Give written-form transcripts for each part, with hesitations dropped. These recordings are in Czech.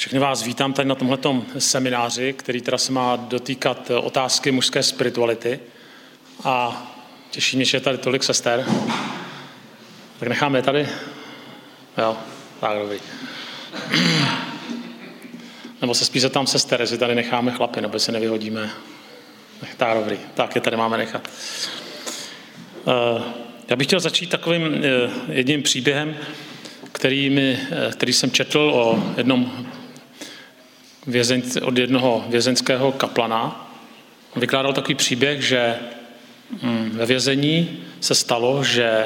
Všechny vás vítám tady na tomhletom semináři, který teda se má dotýkat otázky mužské spirituality. A těší mě, že je tady tolik sester. Tak necháme je tady. Jo, tak dobrý. Nebo se spíš tam sester, jestli tady necháme chlapy, nebo se nevyhodíme. Tak dobrý, tak je tady máme nechat. Já bych chtěl začít takovým jedním příběhem, který jsem četl od jednoho vězeňského kaplana. Vykládal takový příběh, že ve vězení se stalo, že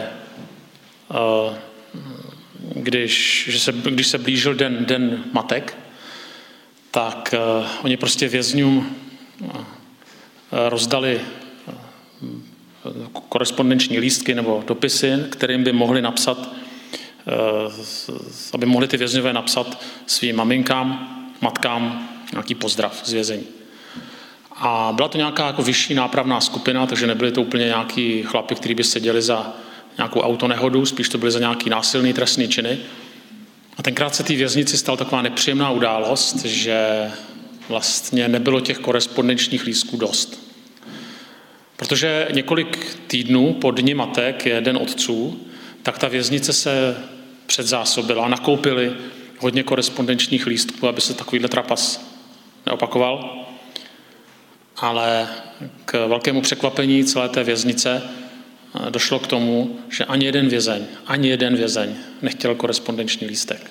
když se blížil den matek, tak oni prostě vězňům rozdali korespondenční lístky nebo dopisy, kterým by mohli napsat, aby mohli ty vězňové napsat svým maminkám, matkám nějaký pozdrav z vězení. A byla to nějaká jako vyšší nápravná skupina, takže nebyly to úplně nějaký chlapi, kteří by seděli za nějakou autonehodu, spíš to byly za nějaký násilný trestný činy. A tenkrát se té věznici stala taková nepříjemná událost, že vlastně nebylo těch korespondenčních lístků dost. Protože několik týdnů po dni matek je den otců, tak ta věznice se předzásobila, nakoupili hodně korespondenčních lístků, aby se takovýhle trapas neopakoval. Ale k velkému překvapení celé té věznice došlo k tomu, že ani jeden vězeň nechtěl korespondenční lístek.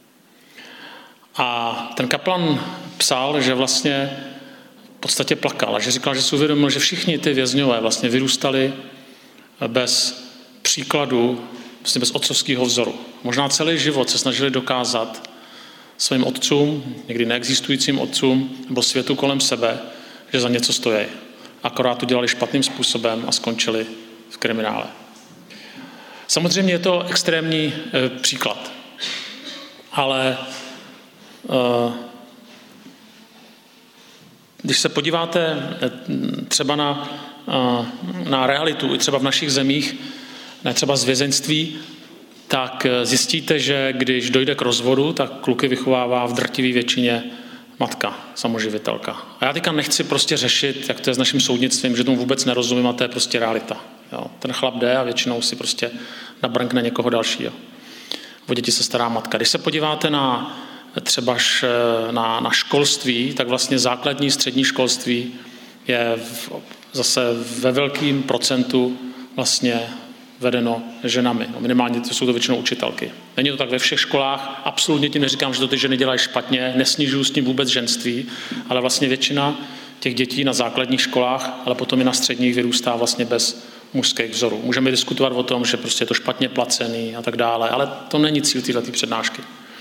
A ten kaplan psal, že vlastně v podstatě plakal a že říkal, že si uvědomil, že všichni ty vězňové vlastně vyrůstali bez příkladu, vlastně bez otcovského vzoru. Možná celý život se snažili dokázat svým otcům, někdy neexistujícím otcům nebo světu kolem sebe, že za něco stojí. Akorát to dělali špatným způsobem a skončili v kriminále. Samozřejmě je to extrémní příklad, ale když se podíváte třeba na realitu, i třeba v našich zemích, ne třeba z vězeňství, tak zjistíte, že když dojde k rozvodu, tak kluky vychovává v drtivé většině matka, samoživitelka. A já teďka nechci prostě řešit, jak to je s naším soudnictvím, že tomu vůbec nerozumím a to je prostě realita. Jo. Ten chlap jde a většinou si prostě nabrnkne někoho dalšího. O děti se stará matka. Když se podíváte třeba na školství, tak vlastně základní, střední školství je zase ve velkém procentu vlastně vedeno ženami. No, minimálně to jsou to většinou učitelky. Není to tak ve všech školách, absolutně tím neříkám, že to ty ženy dělají špatně, nesnižuju s tím vůbec ženství, ale vlastně většina těch dětí na základních školách, ale potom i na středních vyrůstá vlastně bez mužských vzorů. Můžeme diskutovat o tom, že prostě je to špatně placený a tak dále, ale to není cíl této přednášky.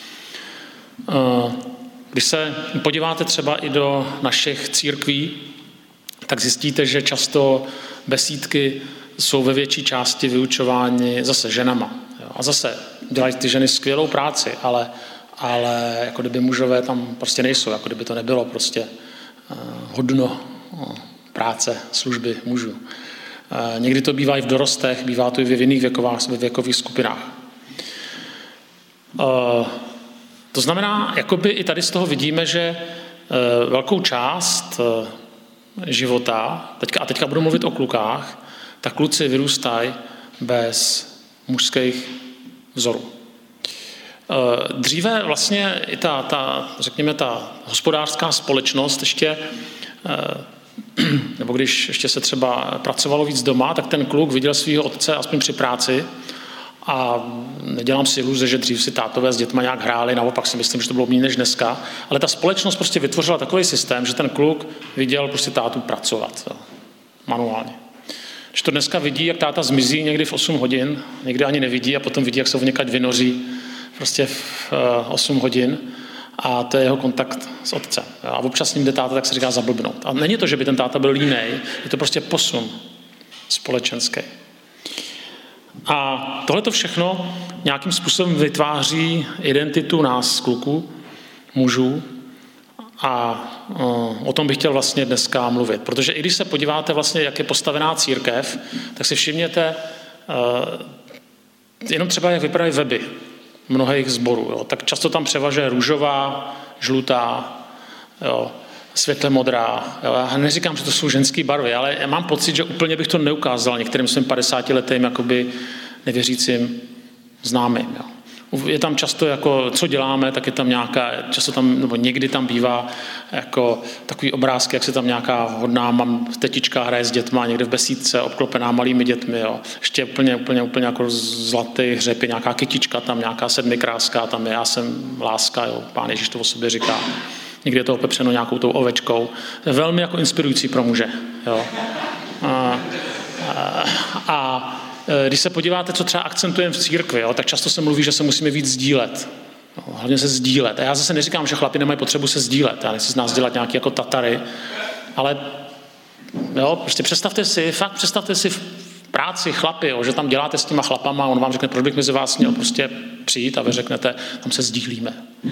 Když se podíváte třeba i do našich církví, tak zjistíte, že často besídky jsou ve větší části vyučováni zase ženama. A zase dělají ty ženy skvělou práci, ale jako kdyby mužové tam prostě nejsou, jako kdyby to nebylo prostě hodno práce, služby mužů. Někdy to bývá i v dorostech, bývá to i v jiných věkových skupinách. To znamená, jakoby i tady z toho vidíme, že velkou část života, teďka budu mluvit o klukách, tak kluci vyrůstají bez mužských vzorů. Dříve vlastně i ta hospodářská společnost ještě, nebo když ještě se třeba pracovalo víc doma, tak ten kluk viděl svého otce aspoň při práci a nedělám si iluze, že dřív si tátové s dětma nějak hráli, naopak si myslím, že to bylo méně než dneska, ale ta společnost prostě vytvořila takový systém, že ten kluk viděl prostě tátu pracovat manuálně. Když to dneska vidí, jak táta zmizí někdy v 8 hodin, někdy ani nevidí a potom vidí, jak se někať vynoří prostě v 8 hodin a to je jeho kontakt s otcem. A občas s ním jde táta, tak se říká zablbnout. A není to, že by ten táta byl línej, je to prostě posun společenský. A tohleto všechno nějakým způsobem vytváří identitu nás, kluků, mužů, a o tom bych chtěl vlastně dneska mluvit. Protože i když se podíváte vlastně, jak je postavená církev, tak si všimněte jenom třeba, jak vypadají weby mnohých sborů. Jo. Tak často tam převažuje růžová, žlutá, jo, světle modrá. Jo. Já neříkám, že to jsou ženské barvy, ale já mám pocit, že úplně bych to neukázal některým svým 50letým jakoby nevěřícím známým. Jo. Je tam často, jako, co děláme, tak je tam nějaká, často tam, nebo někdy tam bývá jako takový obrázky, jak se tam nějaká hodná tetička hraje s dětma, někde v besídce, obklopená malými dětmi. Jo. Ještě úplně jako zlatý hřeb, je nějaká kytička, tam nějaká sedmikráska, tam je já jsem láska, jo. Pán Ježíš to o sobě říká. Někdy je to opepřeno nějakou tou ovečkou. To je velmi jako inspirující pro muže. Jo. A když se podíváte, co třeba akcentujeme v církvi, jo, tak často se mluví, že se musíme víc sdílet. Jo, hlavně se sdílet. A já zase neříkám, že chlapi nemají potřebu se sdílet. Já nechci z nás dělat nějaký jako Tatary, ale jo, prostě představte si v práci chlapy, jo, že tam děláte s těma chlapama a on vám řekne, proč bych mezi vás měl prostě přijít a vy řeknete, tam se sdílíme.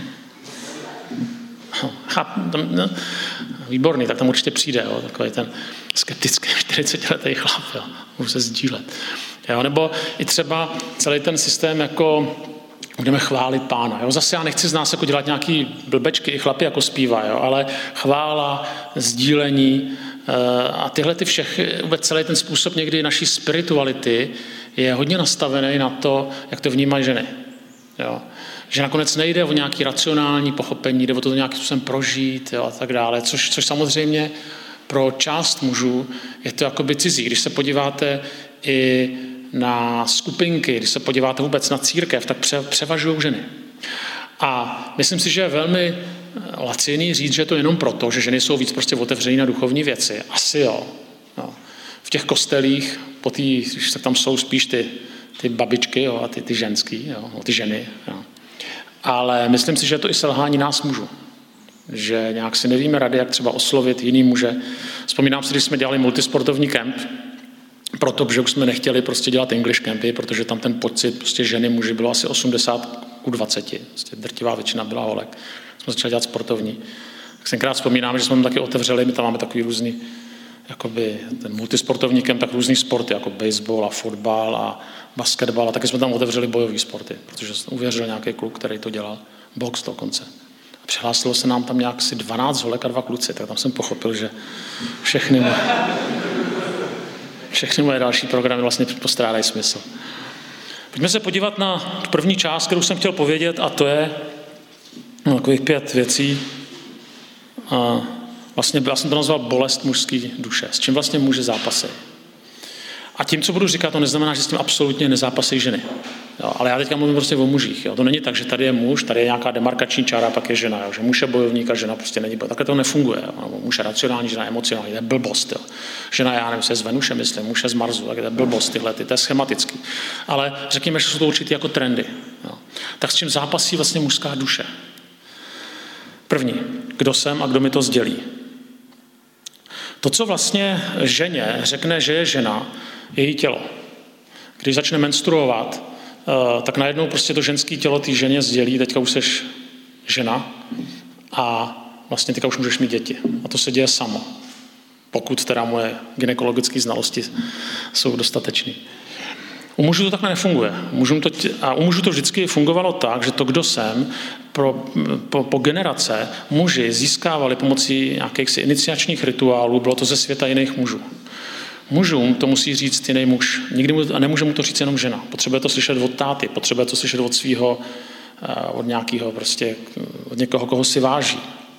Výborný, tak tam určitě přijde, jo, takový ten skeptický 40letý chlap, jo, můžu se sdílet. Jo, nebo i třeba celý ten systém, jako budeme chválit Pána. Jo. Zase já nechci z nás jako dělat nějaký blbečky, i chlapi jako zpívají, ale chvála, sdílení a tyhle ty vůbec celý ten způsob někdy naší spirituality je hodně nastavený na to, jak to vnímají ženy. Jo. Že nakonec nejde o nějaké racionální pochopení, jde o to nějakým způsobem prožít, jo, a tak dále, což samozřejmě pro část mužů je to jakoby cizí. Když se podíváte i na skupinky, když se podíváte vůbec na církev, tak převažují ženy. A myslím si, že je velmi laciný říct, že je to jenom proto, že ženy jsou víc prostě otevřený na duchovní věci. Asi jo. No. V těch kostelích, tak tam jsou spíš ty babičky, jo, a ty ženský, jo, ty ženy. Jo. Ale myslím si, že je to i selhání nás mužů. Že nějak si nevíme rady, jak třeba oslovit jiný muže. Vzpomínám si, když jsme dělali multisportovní kemp, protože už jsme nechtěli prostě dělat English campy, protože tam ten pocit prostě ženy, muži bylo asi 80:20. Prostě drtivá většina byla holek. Jsme začali dělat sportovní. Tak tenkrát vzpomínám, že jsme tam taky otevřeli, my tam máme takový různý, jakoby ten multisportovní kemp, tak různý sporty, jako baseball a fotbal a basketbal, a taky jsme tam otevřeli bojové sporty, protože uvěřil nějaký kluk, který to dělal, box dokonce. A přihlásilo se nám tam nějak asi 12 holek a 2 kluci, tak tam jsem pochopil, že všechny moje další programy vlastně postrádají smysl. Pojďme se podívat na tu první část, kterou jsem chtěl povědět, a to je takových 5 věcí. A vlastně já jsem to nazval bolest mužské duše. S čím vlastně muži zápasejí. A tím, co budu říkat, to neznamená, že s tím absolutně nezápasejí ženy. Jo, ale já teďka mluvím prostě o mužích. Jo. To není tak, že tady je muž, tady je nějaká demarkační čára, pak je žena. Jo. Že muž je bojovník a žena prostě není bojovník. Takhle to nefunguje. Jo. Muž je racionální, žena je emocionální. To je blbost. Jo. Žena, já nevím, se z Venuše, myslím, muž je z Marsu. Tak to je blbost tyhle, to je schematický. Ale řekněme, že jsou to určitý jako trendy. Jo. Tak s čím zápasí vlastně mužská duše? První, kdo jsem a kdo mi to sdělí. To, co vlastně ženě řekne, že je žena, je její tělo. Když začne menstruovat, tak najednou prostě to ženské tělo té ženě sdělí, teďka už seš žena a vlastně teďka už můžeš mít děti. A to se děje samo, pokud teda moje gynekologické znalosti jsou dostatečné. U mužů to takhle nefunguje. U mužů to vždycky fungovalo tak, že to, kdo jsem, po generace muži získávali pomocí nějakých iniciačních rituálů, bylo to ze světa jiných mužů. Mužům to musí říct jiný muž. A nemůže mu to říct jenom žena. Potřebuje to slyšet od táty, potřebuje to slyšet od svého, od nějakého prostě, od někoho, koho si váží.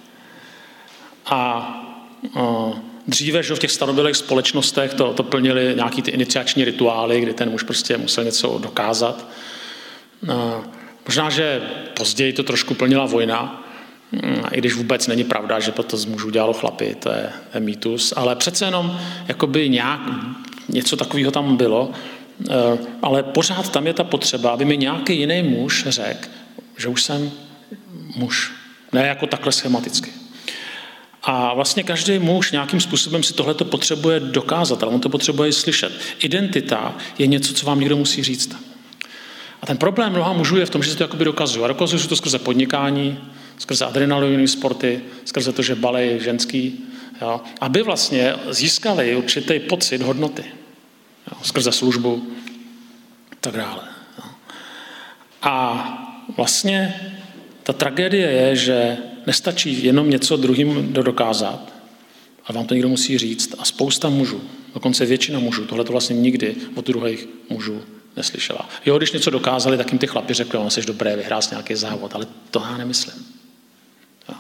A dříve, že v těch starobylých společnostech to plnili nějaký ty iniciační rituály, kdy ten muž prostě musel něco dokázat. Možná, že později to trošku plnila vojna, i když vůbec není pravda, že to z mužů dělalo chlapy, to je mýtus, ale přece jenom jakoby něco takového tam bylo, ale pořád tam je ta potřeba, aby mi nějaký jiný muž řekl, že už jsem muž, ne jako takhle schematicky. A vlastně každý muž nějakým způsobem si tohleto potřebuje dokázat, ale on to potřebuje slyšet. Identita je něco, co vám někdo musí říct. A ten problém mnoha mužů je v tom, že si to jakoby dokazují. A dokazují si to skrze podnikání, skrze adrenalinové sporty, skrze to, že balej ženský, jo, aby vlastně získali určitý pocit hodnoty. Jo, skrze službu a tak dále. Jo. A vlastně ta tragédie je, že nestačí jenom něco druhým dokázat, ale vám to někdo musí říct. A spousta mužů, dokonce většina mužů, tohle to vlastně nikdy od druhých mužů neslyšela. Jo, když něco dokázali, tak jim ty chlapi řekli, no, jsi dobré, vyhrál jsi nějaký závod, ale to já nemyslím. Jo.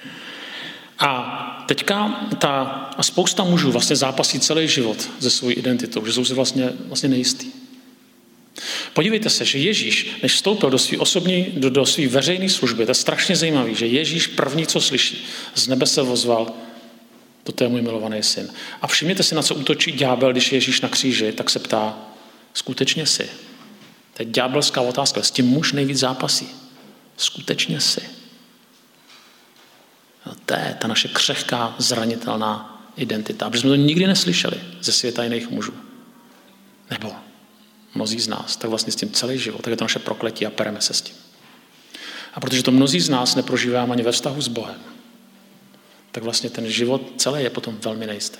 A teďka a spousta mužů vlastně zápasí celý život se svou identitou, že jsou si vlastně nejistý. Podívejte se, že Ježíš, než vstoupil do své veřejné služby, to je strašně zajímavé, že Ježíš první, co slyší, z nebe se ozval, toto je můj milovaný syn. A všimněte si, na co útočí ďábel, když je Ježíš na kříži, tak se ptá, skutečně jsi? To je ďábelská otázka, s tím muž nejvíc zápasí. Skutečně jsi? No, to je ta naše křehká, zranitelná identita. Protože jsme to nikdy neslyšeli ze světa jiných mužů. Nebo mnozí z nás, tak vlastně s tím celý život, tak je to naše prokletí a pereme se s tím. A protože to mnozí z nás neprožíváme ani ve vztahu s Bohem, tak vlastně ten život celý je potom velmi nejistý.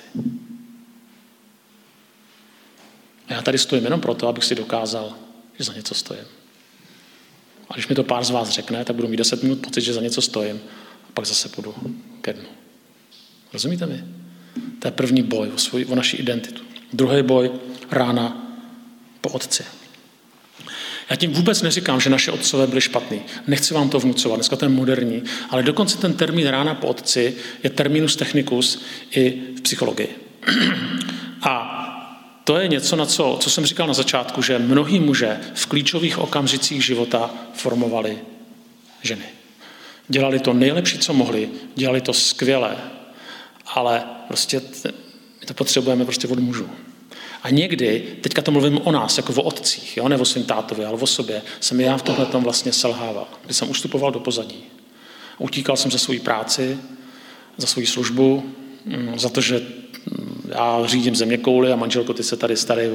A já tady stojím jenom proto, abych si dokázal, že za něco stojím. A když mi to pár z vás řekne, tak budu mít 10 minut pocit, že za něco stojím a pak zase půjdu ke dnu. Rozumíte mi? To je první boj o naši identitu. Druhý boj rána po otci. Já tím vůbec neříkám, že naše otcové byli špatný. Nechci vám to vnucovat, dneska to je moderní, ale dokonce ten termín rána po otci je terminus technicus i v psychologii. A to je něco, na co jsem říkal na začátku, že mnohí muže v klíčových okamžicích života formovali ženy. Dělali to nejlepší, co mohli, dělali to skvěle, ale prostě my to potřebujeme prostě od mužů. A někdy, teďka to mluvím o nás, jako o otcích, jo? Ne o svým tátovi, ale o sobě, jsem já v tomhletom vlastně selhával, kdy jsem ustupoval do pozadí. Utíkal jsem za svou práci, za svou službu, za to, že já řídím zeměkouli a manželko, ty se tady starej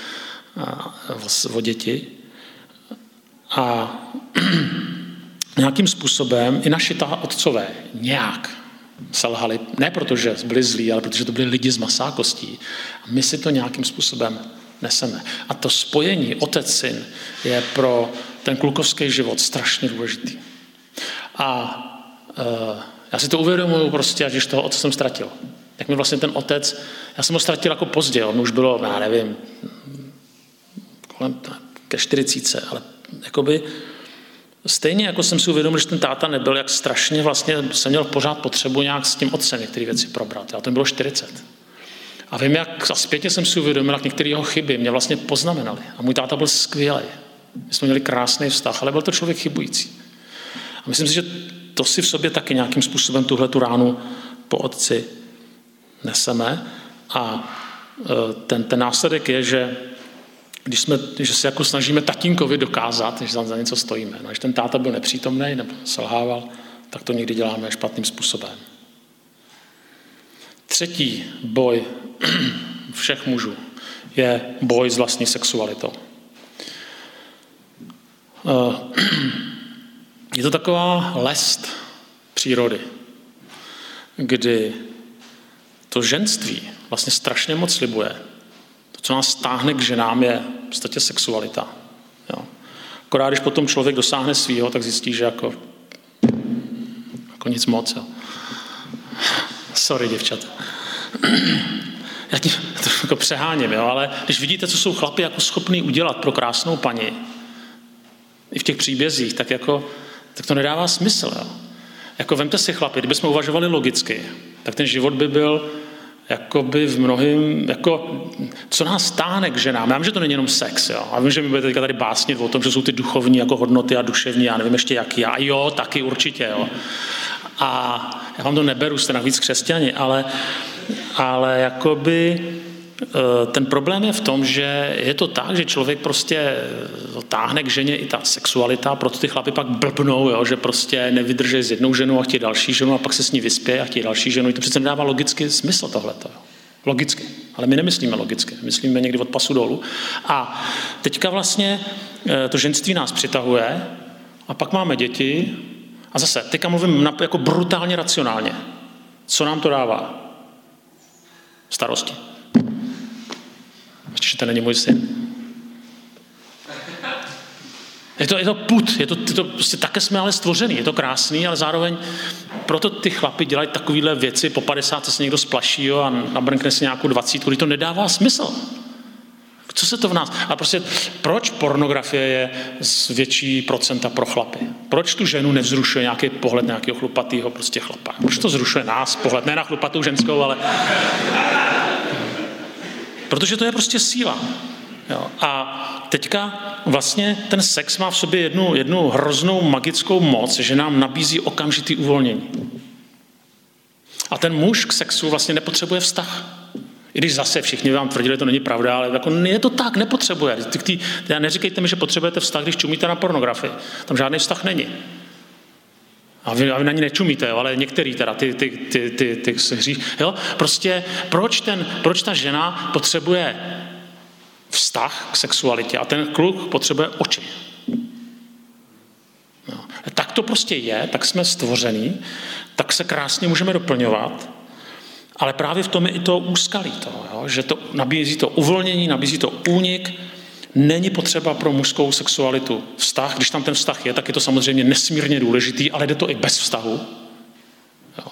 o děti. A nějakým způsobem i naši otcové nějak selhali, ne protože byli zlí, ale protože to byli lidi z masákostí. A my si to nějakým způsobem neseme. A to spojení otec-syn je pro ten klukovský život strašně důležitý. A já si to uvědomuju prostě, až toho otce jsem ztratil. Jak mi vlastně ten otec, já jsem ho ztratil jako pozdě, on už bylo, já nevím, kolem ke 40, ale jakoby stejně jako jsem si uvědomil, že ten táta nebyl, jak strašně vlastně jsem měl pořád potřebu nějak s tím otcem některé věci probrat. A to mi bylo 40. A vím, jak a zpětně jsem si uvědomil, jak některé jeho chyby mě vlastně poznamenaly. A můj táta byl skvělý. My jsme měli krásný vztah, ale byl to člověk chybující. A myslím si, že to si v sobě taky nějakým způsobem tuhletu ránu po otci neseme. A ten následek je, že že se jako snažíme tatínkovi dokázat, že za něco stojíme. No, když ten táta byl nepřítomný nebo selhával, tak to někdy děláme špatným způsobem. Třetí boj všech mužů je boj s vlastní sexualitou. Je to taková lest přírody, kdy to ženství vlastně strašně moc slibuje. To, co nás stáhne k ženám, je v podstatě sexualita. Jo. Akorát, když potom člověk dosáhne svýho, tak zjistí, že jako nic moc. Jo. Sorry, děvčata. Já tím to jako přeháním, jo, ale když vidíte, co jsou chlapi jako schopný udělat pro krásnou paní, i v těch příbězích, tak to nedává smysl. Jo. Jako vemte si chlapi, kdybychom uvažovali logicky, tak ten život by byl jakoby v mnohým, jako, co nás táhne k ženám. Já vím, že to není jenom sex, jo. A vím, že mi budete teďka tady básnit o tom, že jsou ty duchovní jako hodnoty a duševní, já nevím ještě jaký. A jo, taky určitě, jo. A já vám to neberu, jste navíc křesťani, ale jakoby ten problém je v tom, že je to tak, že člověk prostě táhne k ženě i ta sexualita, proto ty chlapi pak blbnou, jo, že prostě nevydrží s jednou ženou a chtějí další ženu a pak se s ní vyspějí a chtějí další ženu. I to přece nedává logicky smysl tohleto. Jo. Logicky. Ale my nemyslíme logicky. Myslíme někdy od pasu dolů. A teďka vlastně to ženství nás přitahuje a pak máme děti a zase, teďka mluvím jako brutálně racionálně. Co nám to dává? Starosti. Ještě, že to není můj syn. Je to pud, je to prostě také jsme ale stvořený, je to krásný, ale zároveň proto ty chlapi dělají takovéhle věci, po 50 se někdo splaší a nabrnkne si nějakou 20, když to nedává smysl. Co se to v nás? A prostě proč pornografie je z větší procenta pro chlapy? Proč tu ženu nevzrušuje nějaký pohled nějakého chlupatýho prostě chlapa? Proč to zrušuje nás pohled? Ne na chlupatou ženskou, ale... Protože to je prostě síla. Jo. A teďka vlastně ten sex má v sobě jednu hroznou magickou moc, že nám nabízí okamžitý uvolnění. A ten muž k sexu vlastně nepotřebuje vztah. I když zase všichni vám tvrdili, to není pravda, ale jako je to tak, nepotřebuje. Neříkejte mi, že potřebujete vztah, když čumíte na pornografii. Tam žádný vztah není. A vy na ní nečumíte, jo, ale některý teda, ty se hří. Jo? Prostě proč ta žena potřebuje vztah k sexualitě a ten kluk potřebuje oči. No. Tak to prostě je, tak jsme stvoření, tak se krásně můžeme doplňovat, ale právě v tom je i to úskalí toho, jo? Že to nabízí to uvolnění, nabízí to únik, není potřeba pro mužskou sexualitu vztah, když tam ten vztah je, tak je to samozřejmě nesmírně důležitý, ale jde to i bez vztahu. Jo.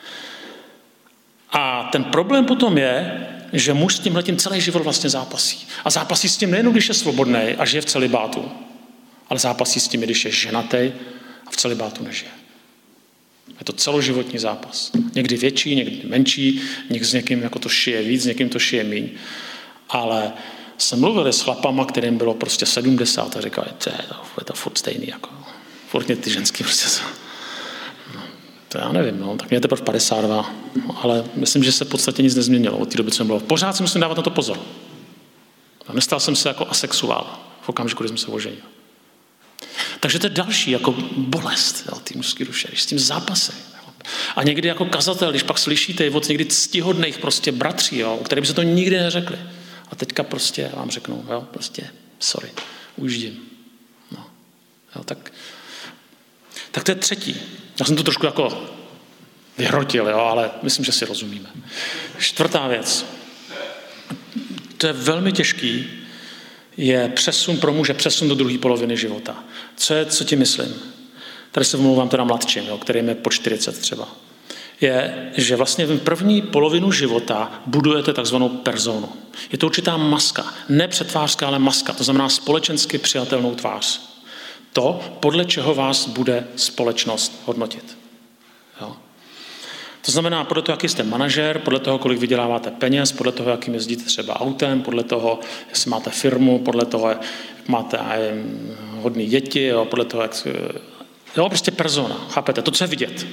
A ten problém potom je, že muž s tímhletím celý život vlastně zápasí. A zápasí s tím nejen, když je svobodný a žije v celibátu, ale zápasí s tím, když je ženatý a v celibátu nežije. Je to celoživotní zápas. Někdy větší, někdy menší, někdy s někým jako to šije víc, s někým to šije míň. Ale jsem mluvil s chlapama, kterým bylo prostě 70 a říkali, je to furt stejný, jako furt mě ty ženský prostě jsou. To já nevím, no, tak mě je teprve 52, ale myslím, že se v podstatě nic nezměnilo od té doby, co jsem byl. Pořád si musím dávat na to pozor. A nestal jsem se jako asexuál v okamžiku, kdy jsem se oženil. Takže to je další jako bolest té mužské duše, když s tím zápasem. A někdy jako kazatel, když pak slyšíte od někdy ctihodných prostě bratří, jo, o kterým se to nikdy neřekli. A teďka prostě vám řeknou, jo, prostě sorry, ujíždím. No, jo, tak to je třetí. Já jsem to trošku jako vyhrotil, jo, ale myslím, že si rozumíme. Čtvrtá věc. To je velmi těžký, je přesun pro muže, přesun do druhé poloviny života. Co ti myslím? Tady se omlouvám teda mladším, jo, kterým je po 40 třeba. Je, že vlastně v první polovinu života budujete takzvanou personu. Je to určitá maska. Ne přetvářská, ale maska. To znamená společensky přijatelnou tvář. To, podle čeho vás bude společnost hodnotit. Jo. To znamená podle toho, jaký jste manažer, podle toho, kolik vyděláváte peněz, podle toho, jakým jezdíte třeba autem, podle toho, jestli máte firmu, podle toho, jak máte hodný děti, jo, podle toho, jak... Jo, prostě persona, chápete? To, co je vidět.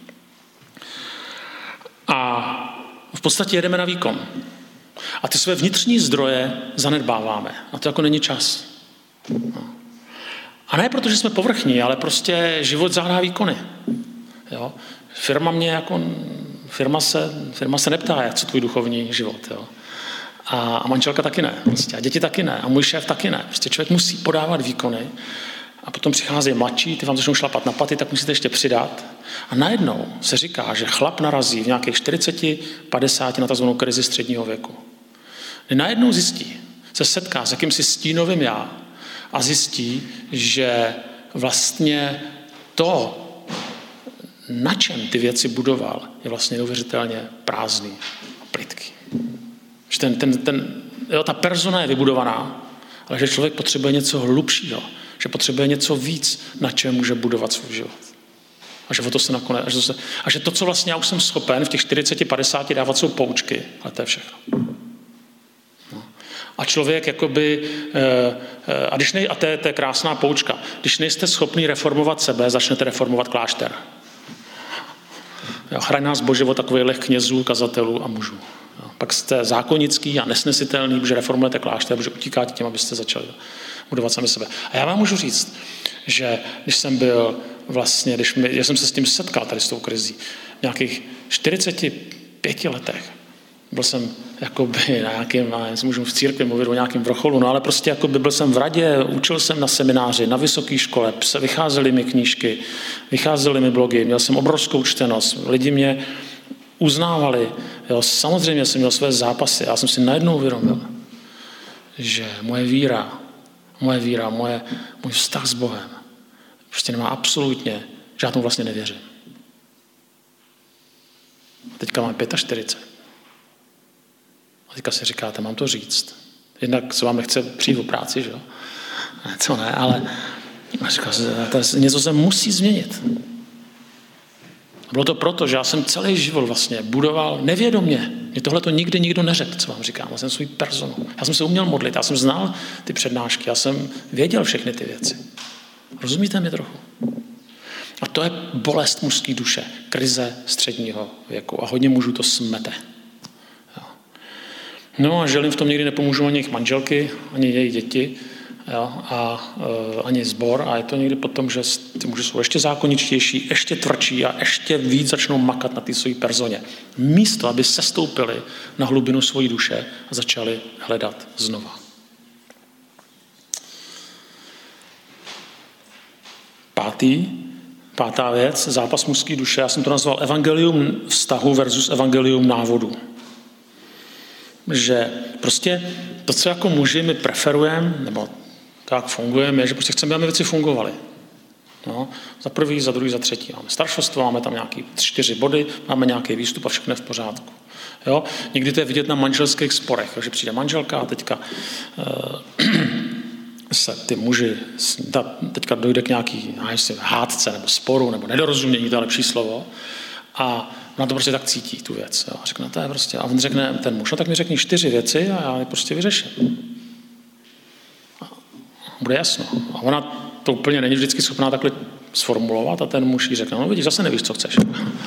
A v podstatě jedeme na výkon. A ty své vnitřní zdroje zanedbáváme. A to jako není čas. No. A ne proto, že jsme povrchní, ale prostě život zahrá výkony. Jo? Firma se neptá, jak co tvůj duchovní život. Jo? A manželka taky ne. Prostě. A děti taky ne. A můj šéf taky ne. Prostě člověk musí podávat výkony. A potom přicházejí mladší, ty vám začnou šlapat na paty, tak musíte ještě přidat. A najednou se říká, že chlap narazí v nějakých 40-50 na tzv. Krizi středního věku. Kdy najednou se setká s jakýmsi stínovým já a zjistí, že vlastně to, na čem ty věci budoval, je vlastně neuvěřitelně prázdný a plytký. Že ta persona je vybudovaná, ale že člověk potřebuje něco hlubšího, že potřebuje něco víc, na čem může budovat svůj život. A že o to se nakonec, a že to, co vlastně já už jsem schopen v těch 40-50 dávat, jsou poučky, ale to je všechno. No. A člověk jakoby, a to je krásná poučka, když nejste schopni reformovat sebe, začnete reformovat klášter. Chraň nás Bože od takových knězů, kazatelů a mužů. Jo. Pak jste zákonický a nesnesitelný, protože reformujete klášter, protože utíkáte těm, abyste začali budovat sami sebe. A já vám můžu říct, že když jsem jsem se s tím setkal tady s tou krizí, v nějakých 45 letech, byl jsem jakoby na nějakým, můžu v církvi mluvit o nějakém vrcholu, no ale prostě jakoby byl jsem v radě, učil jsem na semináři, na vysoké škole, vycházely mi knížky, vycházely mi blogy, měl jsem obrovskou čtenost, lidi mě uznávali, jo, samozřejmě jsem měl své zápasy, já jsem si najednou uvědomil, že moje víra moje víra, můj vztah s Bohem prostě nemá absolutně, že já tomu vlastně nevěřím. A teďka mám 45. A teďka si říkáte, mám to říct. Jednak se vám nechce přijít o práci, že jo? Co ne, ale říkal, něco se musí změnit. A bylo to proto, že já jsem celý život vlastně budoval nevědomě. Mě tohle to nikdy nikdo neřekl, co vám říkám. Já jsem svůj personu. Já jsem se uměl modlit, já jsem znal ty přednášky, já jsem věděl všechny ty věci. Rozumíte mi trochu? A to je bolest mužské duše, krize středního věku. A hodně mužů to smete. Jo. No a že jim v tom nikdy nepomůžou ani jejich manželky, ani jejich děti, jo, a ani sbor. A je to někdy potom, že ty muži jsou ještě zákoničtější, ještě tvrdší a ještě víc začnou makat na té své personě. Místo, aby sestoupili na hlubinu svojí duše a začali hledat znova. Pátá věc, zápas mužské duše, já jsem to nazval evangelium vztahu versus evangelium návodu. Že prostě to, co jako muži my preferujeme, nebo tak fungujeme, je, že prostě chceme, aby věci fungovaly. No, za prvý, za druhý, za třetí. Máme staršostvo, máme tam nějaký 4 body, máme nějaký výstup a všechno je v pořádku. Jo? Někdy to je vidět na manželských sporech, že přijde manželka a teďka se ty muži, teďka dojde k nějaký hádce nebo sporu, nebo nedorozumění, to je lepší slovo, a ona to prostě tak cítí, tu věc. Jo. A řekne, to je prostě, a on řekne, ten muž, no tak mi řekni 4 věci a já je prostě vyřeším. A bude jasno. A ona to úplně není vždycky schopná takhle sformulovat a ten muž jí řekne, no vidíš, zase nevíš, co chceš.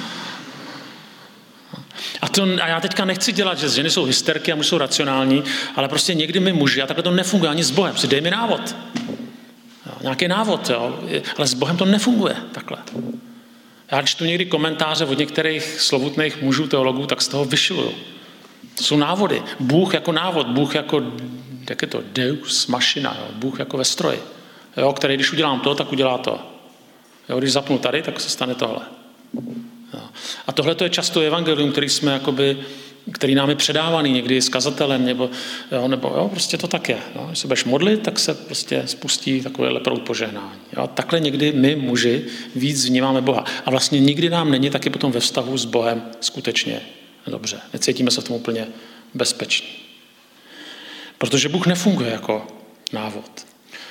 A já teďka nechci dělat, že ženy jsou hysterky a muži jsou racionální, ale prostě někdy my muži, a takhle to nefunguje ani s Bohem. Dej mi návod. Jo, nějaký návod, jo, ale s Bohem to nefunguje takhle. Já čtu někdy komentáře od některých slovutných mužů, teologů, tak z toho vyšiluju. To jsou návody. Bůh jako návod, Bůh jako, jak je to, deus, mašina, jo, Bůh jako ve stroji, jo, který když udělám to, tak udělá to. Jo, když zapnu tady, tak se stane tohle. Jo. A tohle to je často evangelium, který nám je předávaný někdy s kazatelem, nebo prostě to tak je. Jo. Když se budeš modlit, tak se prostě spustí takovéhle proud požehnání. Jo. Takhle někdy my, muži, víc vnímáme Boha. A vlastně nikdy nám není taky potom ve vztahu s Bohem skutečně dobře. Necítíme se v tom úplně bezpeční. Protože Bůh nefunguje jako návod.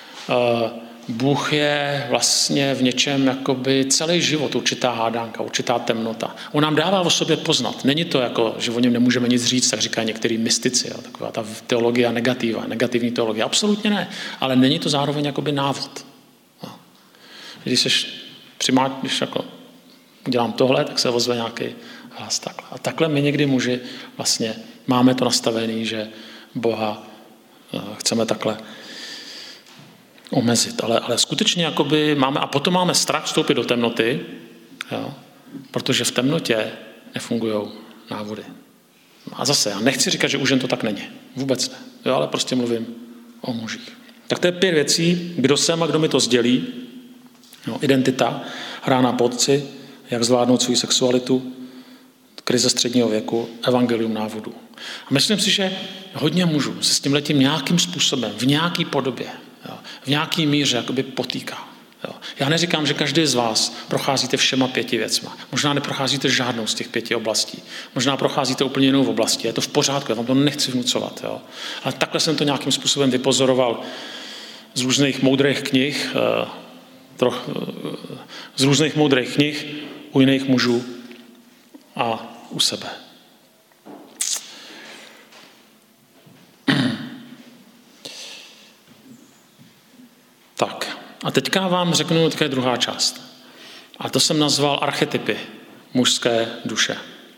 Bůh je vlastně v něčem jakoby celý život určitá hádánka, určitá temnota. On nám dává o sobě poznat. Není to jako, že o něm nemůžeme nic říct, tak říkají některý mystici. Jo, taková ta teologie negativní teologie. Absolutně ne. Ale není to zároveň jakoby návod. No. Když jako udělám tohle, tak se ozve nějaký hlas takhle. A takhle my někdy muži vlastně máme to nastavený, že Boha chceme takhle omezit, ale skutečně jakoby máme, a potom máme strach vstoupit do temnoty, jo, protože v temnotě nefungují návody. A zase, já nechci říkat, že už jen to tak není. Vůbec ne. Jo, ale prostě mluvím o mužích. Tak to je 5 věcí, kdo jsem a kdo mi to sdělí. Jo, identita, hra na podci, jak zvládnout svou sexualitu, krize středního věku, evangelium návodu. A myslím si, že hodně mužů se s tímhletím nějakým způsobem, v nějaký podobě, jo, v nějaký míře jakoby potýká. Jo. Já neříkám, že každý z vás procházíte všema 5 věcma. Možná neprocházíte žádnou z těch 5 oblastí. Možná procházíte úplně jinou v oblasti. Je to v pořádku, já vám to nechci vnucovat. Jo. Ale takhle jsem to nějakým způsobem vypozoroval z různých moudrých knih, u jiných mužů a u sebe. Tak, a teďka vám řeknu také druhá část. A to jsem nazval archetypy mužské duše.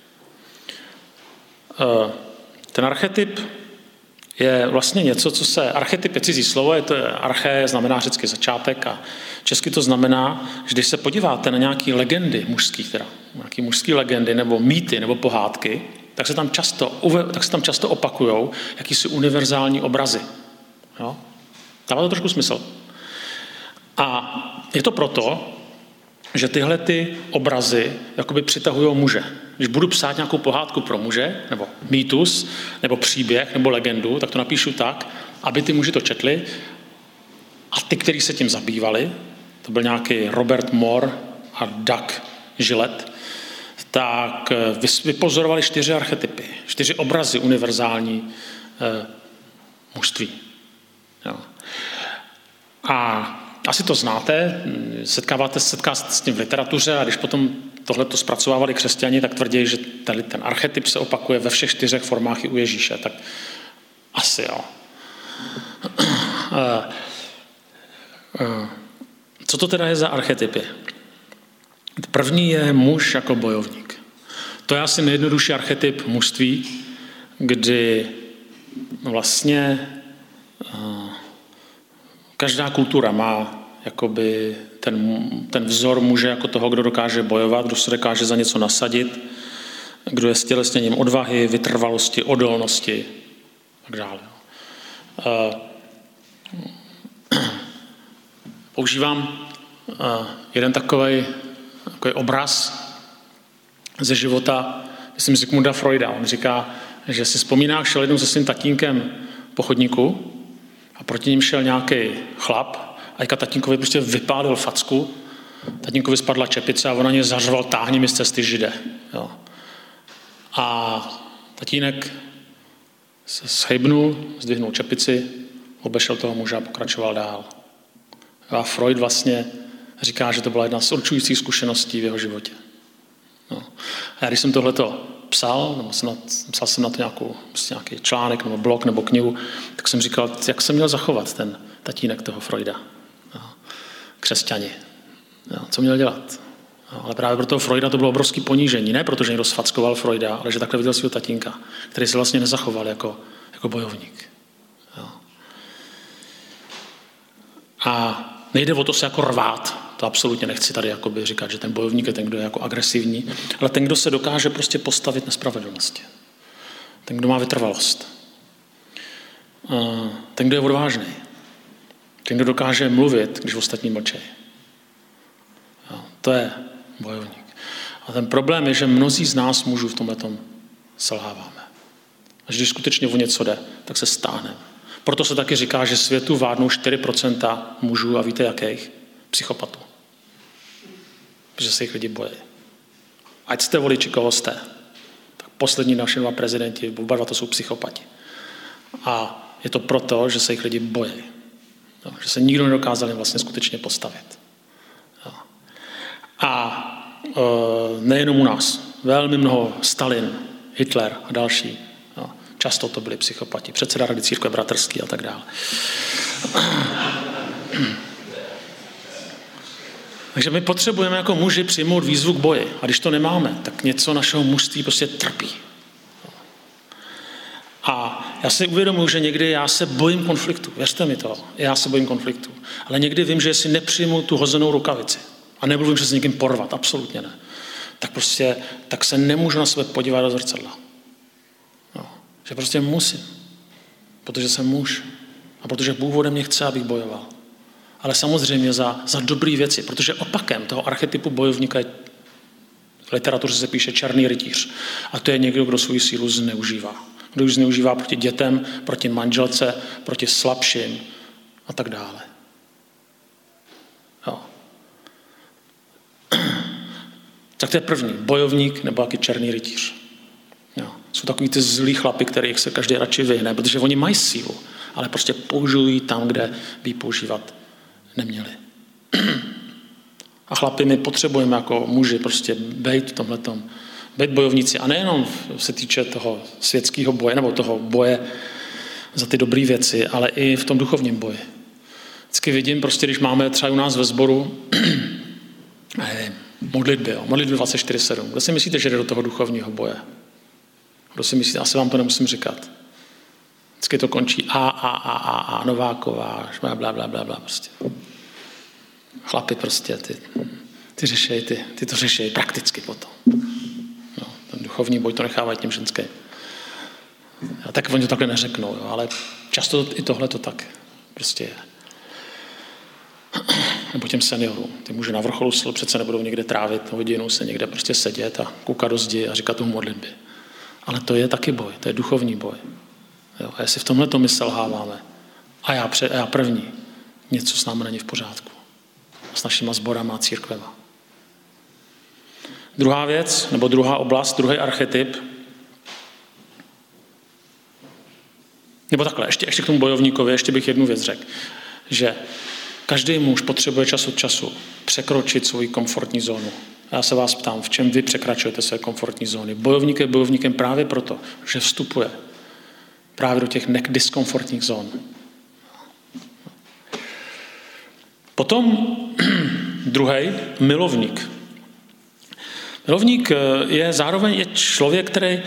Ten archetyp je vlastně něco, co se, archetyp je cizí slovo, je to arché, znamená řecky začátek a česky to znamená, že když se podíváte na nějaké legendy mužský, nějaké mužské legendy nebo mýty nebo pohádky, tak se tam často opakujou jakýsi univerzální obrazy. Jo? Dává to trošku smysl. A je to proto, že tyhle ty obrazy jakoby přitahují muže. Když budu psát nějakou pohádku pro muže, nebo mýtus, nebo příběh, nebo legendu, tak to napíšu tak, aby ty muži to četli A ty, kteří se tím zabývali, to byl nějaký Robert Moore a Doug Gillette, tak vypozorovali 4 archetypy, 4 obrazy univerzální mužství. Jo. A asi to znáte, setkáte se s tím v literatuře a když potom tohleto zpracovávali křesťani, tak tvrdí, že tady ten archetyp se opakuje ve všech 4 formách i u Ježíše. Tak asi jo. Co to teda je za archetypy? První je muž jako bojovník. To je asi nejjednodušší archetyp mužství, kdy vlastně každá kultura má jakoby ten vzor muže jako toho, kdo dokáže bojovat, kdo se dokáže za něco nasadit, kdo je stělesněním odvahy, vytrvalosti, odolnosti a tak dále. Používám jeden takový obraz ze života, myslím, Sigmunda Freuda. On říká, že si vzpomíná, šel jednou se svým tatínkem po chodníku a proti ním šel nějaký chlap a tatínkovi prostě vypálil facku, tatínkovi spadla čepice a on na něj zařval, táhni mi z cesty, Žide. Jo. A tatínek se schejbnul, zdvihnul čepici, obešel toho muže a pokračoval dál. A Freud vlastně říká, že to byla jedna z určujících zkušeností v jeho životě. No. A já když jsem tohleto psal, nebo psal jsem na to nějaký článek nebo blog nebo knihu, tak jsem říkal, jak jsem měl zachovat ten tatínek toho Freuda. No. Křesťani. No. Co měl dělat? No. Ale právě pro toho Freuda to bylo obrovské ponížení. Ne protože někdo sfackoval Freuda, ale že takhle viděl svého tatínka, který se vlastně nezachoval jako bojovník. No. A nejde o to se jako rvát. To absolutně nechci tady jakoby říkat, že ten bojovník je ten, kdo je jako agresivní, ale ten, kdo se dokáže prostě postavit nespravedlnosti. Ten, kdo má vytrvalost. Ten, kdo je odvážný. Ten, kdo dokáže mluvit, když ostatní mlčejí. To je bojovník. A ten problém je, že mnozí z nás mužů v tomhletom selháváme. A když skutečně o něco jde, tak se stáhneme. Proto se taky říká, že světu vládnou 4% mužů a víte jakých? Psychopatů. Protože se jich lidi bojí. Ať jste voliči, koho jste. Tak poslední naši 2 prezidenti, oba 2 to jsou psychopati. A je to proto, že se jich lidi bojí. Jo, že se nikdo nedokázal jim vlastně skutečně postavit. Jo. A nejenom u nás. Velmi mnoho Stalin, Hitler a další. Jo. Často to byli psychopati. Předseda Rady církve bratrský a tak dále. Takže my potřebujeme jako muži přijmout výzvu k boji. A když to nemáme, tak něco našeho mužství prostě trpí. A já si uvědomuji, že někdy já se bojím konfliktu. Věřte mi to, já se bojím konfliktu. Ale někdy vím, že jestli nepřijmu tu hozenou rukavici a nebudu se s někým porvat, absolutně ne, tak se nemůžu na sebe podívat do zrcadla. No, že prostě musím. Protože jsem muž. A protože Bůh ode mě chce, abych bojoval. Ale samozřejmě za dobré věci, protože opakem toho archetypu bojovníka je, v literatuře se píše černý rytíř. A to je někdo, kdo svou sílu zneužívá. Kdo ji zneužívá proti dětem, proti manželce, proti slabším a tak dále. Jo. Tak to je první. Bojovník nebo jaký černý rytíř. Jo. Jsou takový ty zlí chlapi, kterých se každý radši vyhne, protože oni mají sílu, ale prostě použijí tam, kde by ji používat neměli. A chlapi, my potřebujeme jako muži prostě být v tomhletom, být bojovníci. A nejenom se týče toho světského boje, nebo toho boje za ty dobré věci, ale i v tom duchovním boji. Vždycky vidím, prostě, když máme třeba u nás ve sboru modlitby 24/7. Kdo si myslíte, že jde do toho duchovního boje? Kdo si myslíte? Asi vám to nemusím říkat. Vždycky to končí a Nováková, blablabla, prostě. Chlapi prostě, ty to řešejí prakticky potom. No, ten duchovní boj to nechávají těm ženským. A tak oni to takhle neřeknou, jo, ale často i tohle to tak prostě je. Nebo těm seniorům. Ty muži na vrcholu sil přece nebudou někde trávit hodinu, se někde prostě sedět a koukat do zdi a říkat tomu modlitby. Ale to je taky boj, to je duchovní boj. Jo, a jestli v tomhle my selháváme, a já první, něco s námi není v pořádku. S našima sborama a církvema. Druhá věc, nebo druhá oblast, druhý archetyp, nebo takhle, ještě k tomu bojovníkovi, ještě bych jednu věc řekl, že každý muž potřebuje čas od času překročit svoji komfortní zónu. Já se vás ptám, v čem vy překračujete své komfortní zóny. Bojovník je bojovníkem právě proto, že vstupuje právě do těch diskomfortních zón. Potom druhý, milovník. Milovník je zároveň člověk, který,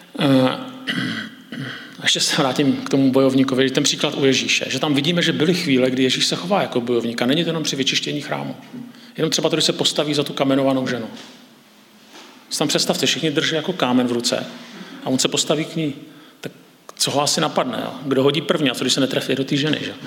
ještě se vrátím k tomu bojovníkovi, ten příklad u Ježíše, že tam vidíme, že byly chvíle, kdy Ježíš se chová jako bojovník a není to jenom při vyčištění chrámu. Jenom třeba to, když se postaví za tu kamenovanou ženu. Si tam představte, všichni drží jako kámen v ruce a on se postaví k ní. Tak co ho asi napadne? Jo? Kdo hodí první a co, když se netrefí do té ženy? Že?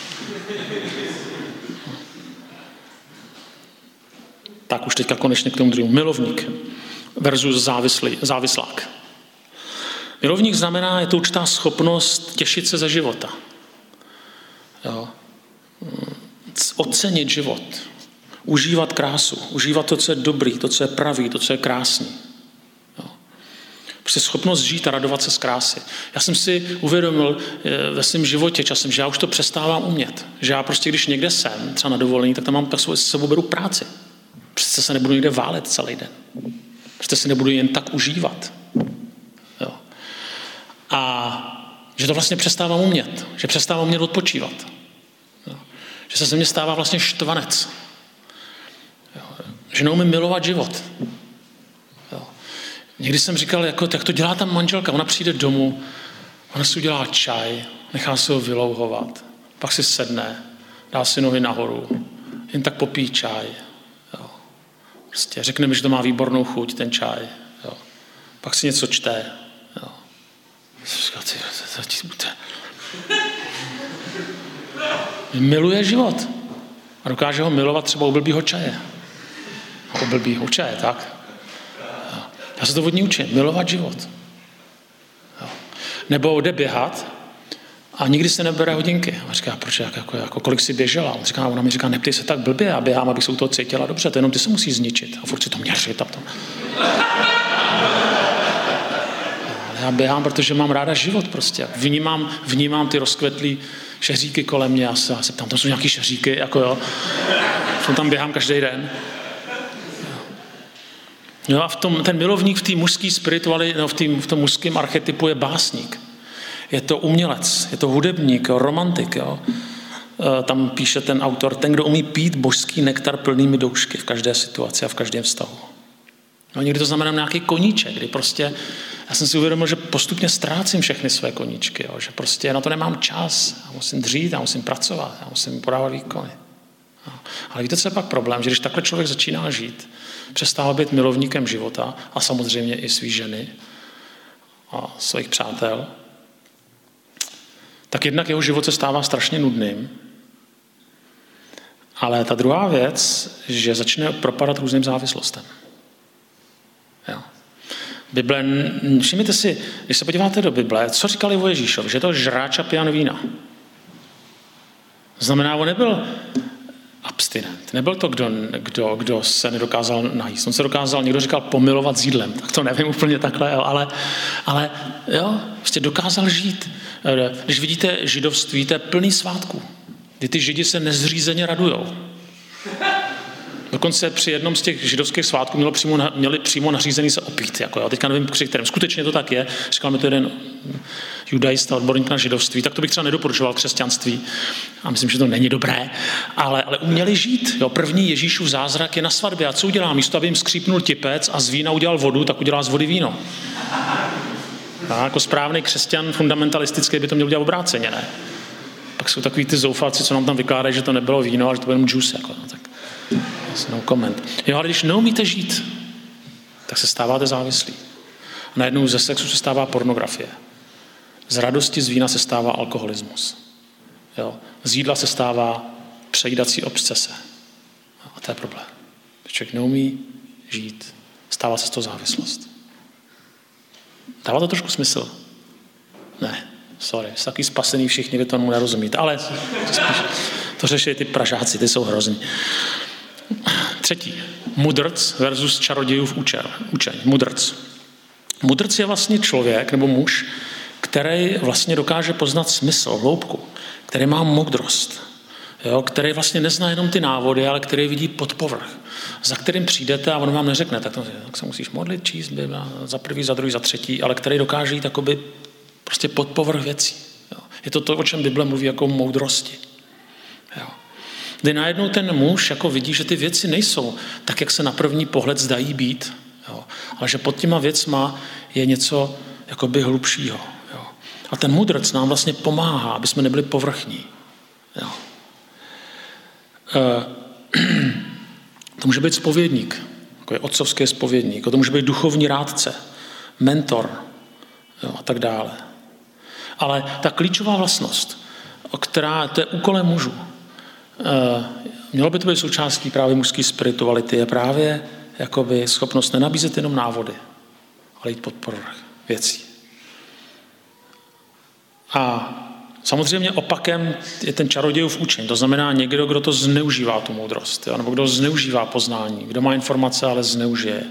Tak už teďka konečně k tomu druhému. Milovník versus závislák. Milovník znamená, je to určitá schopnost těšit se ze života. Jo? Ocenit život. Užívat krásu. Užívat to, co je dobrý, to, co je pravý, to, co je krásný. Jo? Prostě schopnost žít a radovat se z krásy. Já jsem si uvědomil ve svém životě časem, že já už to přestávám umět. Že já prostě, když někde jsem, třeba na dovolení, tak tam mám s sebou beru práci. Přece se nebudu někde válet celý den. Přece se nebudu jen tak užívat. Jo. A že to vlastně přestávám umět. Že přestávám umět odpočívat. Jo. Že se ze mě stává vlastně štvanec. Jo. Že neumím milovat život. Jo. Někdy jsem říkal, jak to dělá ta manželka. Ona přijde domů, ona si udělá čaj, nechá se ho vylouhovat, pak si sedne, dá si nohy nahoru, jen tak popíjí čaj. Prostě řekne mi, že to má výbornou chuť, ten čaj. Jo. Pak si něco čte. Jo. Miluje život. A dokáže ho milovat třeba u blbýho čaje. U blbýho čaje, tak? Jo. Já se to od ní učím. Milovat život. Jo. Nebo jde běhat a nikdy se nebere hodinky. A říká, proč, jako kolik jsi běžela? Ona mi říká, neptej se tak blbě, já běhám, abych se u toho cítila dobře, to jenom ty se musíš zničit. A furt si to měřit. Já běhám, protože mám ráda život prostě. Vnímám ty rozkvetlý šeříky kolem mě. Já se ptám, tam jsou nějaký šeříky, jako jo. Tam běhám každý den. Jo, a ten milovník v té mužské spirituali, v tom mužském archetypu je básník. Je to umělec, je to hudebník, romantik. Jo. Tam píše ten autor, ten, kdo umí pít božský nektar plnými doušky v každé situaci a v každém vztahu. No, někdy to znamená nějaký koníček, kdy prostě, já jsem si uvědomil, že postupně ztrácím všechny své koníčky, jo, že prostě na to nemám čas, já musím dřít, já musím pracovat, já musím podávat výkony. Jo. Ale víte, co je pak problém, že když takhle člověk začíná žít, přestává být milovníkem života a samozřejmě i svý ženy a svých přátel, tak jednak jeho život se stává strašně nudným. Ale ta druhá věc, že začne propadat různým závislostem. Jo. Bible, všimněte si, když se podíváte do Bible, co říkali o Ježíšovi, že to žráč a pijan vína. Znamená, on nebyl abstinent, nebyl to, kdo se nedokázal najíst. On se dokázal, někdo říkal, pomilovat s jídlem, tak to nevím úplně takhle, jo, ale jo, prostě dokázal žít. Když vidíte židovství, to je plný svátků, kdy ty židi se nezřízeně radujou. Dokonce při jednom z těch židovských svátků měli přímo nařízený se opít. Jako, jo. Teďka nevím, při kterém. Skutečně to tak je. Říkal mi to jeden judaista, odborník na židovství. Tak to bych třeba nedoporučoval křesťanství. A myslím, že to není dobré. Ale uměli žít. Jo. První Ježíšův zázrak je na svatbě. A co udělá? Místo, aby jim skřípnul tipec a z vína udělal vodu, tak udělá z vody víno. A jako správný křesťan fundamentalistický by to měl udělat obráceně, ne? Pak jsou takový ty zoufalci, co nám tam vykládají, že to nebylo víno, ale že to byl jenom džus. Jako, no, tak no comment. Jo, ale když neumíte žít, tak se stáváte závislí. A najednou ze sexu se stává pornografie. Z radosti z vína se stává alkoholismus. Jo. Z jídla se stává přejídací obsese. A to je problém. Když člověk neumí žít, stává se z toho závislost. Dává to trošku smysl? Ne, sorry, jste takový spasený všichni, vy tomu nerozumíte, ale spíš, To řeší ty Pražáci, ty jsou hrozní. Třetí. Mudrc versus čarodějův učeň. Mudrc. Mudrc je vlastně člověk nebo muž, který vlastně dokáže poznat smysl, hloubku, který má moudrost, jo, který vlastně nezná jenom ty návody, ale který vidí pod povrch, za kterým přijdete a on vám neřekne, tak se musíš modlit, číst za prvý, za druhý, za třetí, ale který dokáže jít jakoby prostě pod povrch věcí. Jo. Je to, o čem Bible mluví jako moudrosti. Jo. Kdy najednou ten muž jako vidí, že ty věci nejsou tak, jak se na první pohled zdají být, jo, ale že pod těma věcma je něco jakoby hlubšího. Jo. A ten mudrc nám vlastně pomáhá, aby jsme nebyli povrchní. Jo. To může být zpovědník, jako je otcovský zpovědník, to může být duchovní rádce, mentor, jo, a tak dále. Ale ta klíčová vlastnost, to je úkolem mužů, mělo by to být součástí právě mužské spirituality, je právě jakoby schopnost nenabízet jenom návody, ale jít pod povrch věcí. A samozřejmě opakem je ten čarodějův učení. To znamená někdo, kdo to zneužívá, tu moudrost, jo? Nebo kdo zneužívá poznání, kdo má informace, ale zneužije.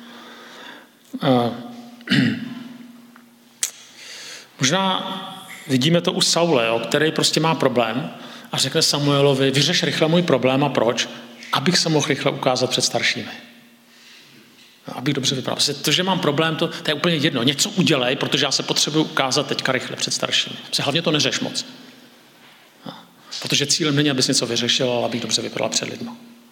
Možná vidíme to u Saule, jo? Který prostě má problém a řekne Samuelovi, vyřeš rychle můj problém a proč? Abych se mohl rychle ukázat před staršími. Abych dobře vypadal. To, že mám problém, to je úplně jedno. Něco udělej, protože já se potřebuji ukázat teďka rychle před staršími. Hlavně to neřeš moc. Protože cílem není, abys něco vyřešil, ale abych dobře vypadal před lidmi.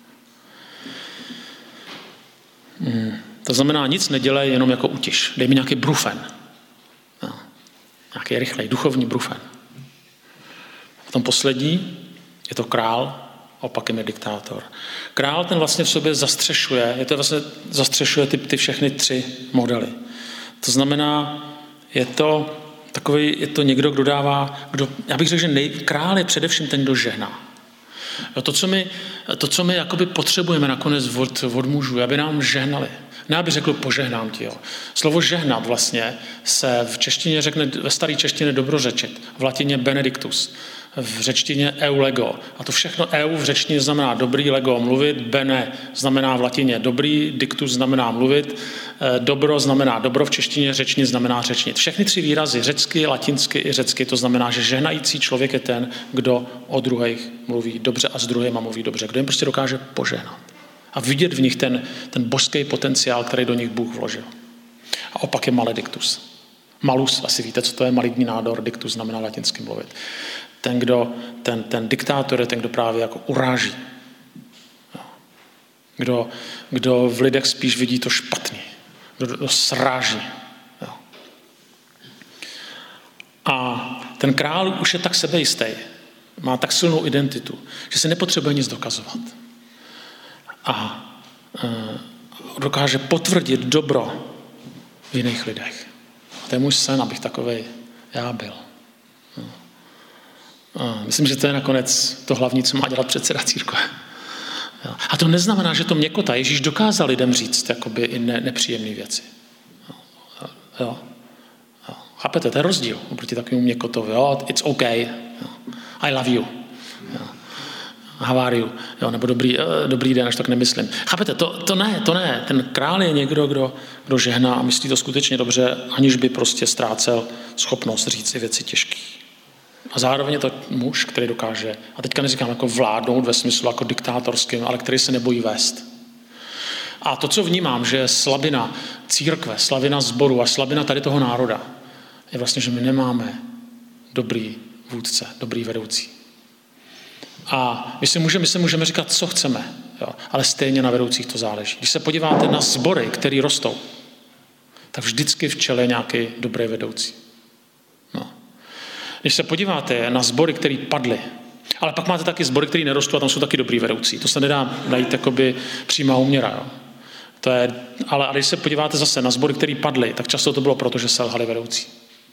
To znamená, nic nedělej, jenom jako utiš. Dej mi nějaký brufen. Nějaký rychlej, duchovní brufen. A tom poslední je to král, opakem je diktátor. Král ten vlastně v sobě zastřešuje ty všechny tři modely. To znamená, je to někdo, kdo dává, já bych řekl, že král je především ten, kdo žehná. To, co my jakoby potřebujeme nakonec od mužů, aby nám žehnali. Ne, aby řekl, požehnám ti. Jo. Slovo žehnat vlastně se v češtině řekne, ve staré češtině dobrořečit, v latině benedictus, v řečtině eulego. A to všechno eu v řečtině znamená dobrý, lego mluvit, bene znamená v latině dobrý, dictus znamená mluvit, dobro znamená dobro, v češtině řečnit znamená řečnit. Všechny tři výrazy, řecky, latinsky i řecky, to znamená, že žehnající člověk je ten, kdo o druhých mluví dobře a s druhýma mluví dobře, kdo jim prostě dokáže požehnat. A vidět v nich ten božský potenciál, který do nich Bůh vložil. A opak je maledictus. Malus, asi víte, co to je maligní nádor, dictus znamená latinsky mluvit. Ten diktátor je ten, kdo právě jako uráží. Kdo v lidech spíš vidí to špatně. Kdo sráží. Jo. A ten král už je tak sebejistý, má tak silnou identitu, že se nepotřebuje nic dokazovat. A dokáže potvrdit dobro v jiných lidech. A to je můj sen, abych takovej já byl. Myslím, že to je nakonec to hlavní, co má dělat předseda církve. A to neznamená, že to měkota. Ježíš dokázal lidem říct jakoby i nepříjemné věci. Jo. Chápete, to je rozdíl oproti takovému měkotovi. Jo, it's okay. Jo. I love you. Jo. How are you? Jo, nebo dobrý den, až tak nemyslím. Chápete, to ne. Ten král je někdo, kdo žehná a myslí to skutečně dobře, aniž by prostě ztrácel schopnost říct si věci těžké. A zároveň je to muž, který dokáže, a teďka neříkám jako vládnout ve smyslu jako diktátorským, ale který se nebojí vést. A to, co vnímám, že slabina církve, slabina sboru a slabina tady toho národa, je vlastně, že my nemáme dobrý vůdce, dobrý vedoucí. A my si můžeme říkat, co chceme, jo, ale stejně na vedoucích to záleží. Když se podíváte na sbory, které rostou, tak vždycky v čele je nějaký dobrý vedoucí. No. Když se podíváte na sbory, které padly, ale pak máte taky sbory, které nerostou a tam jsou taky dobrý vedoucí. To se nedá najít jakoby přímá úměra. Jo. Ale když se podíváte zase na sbory, které padly, tak často to bylo proto, že selhali vedoucí.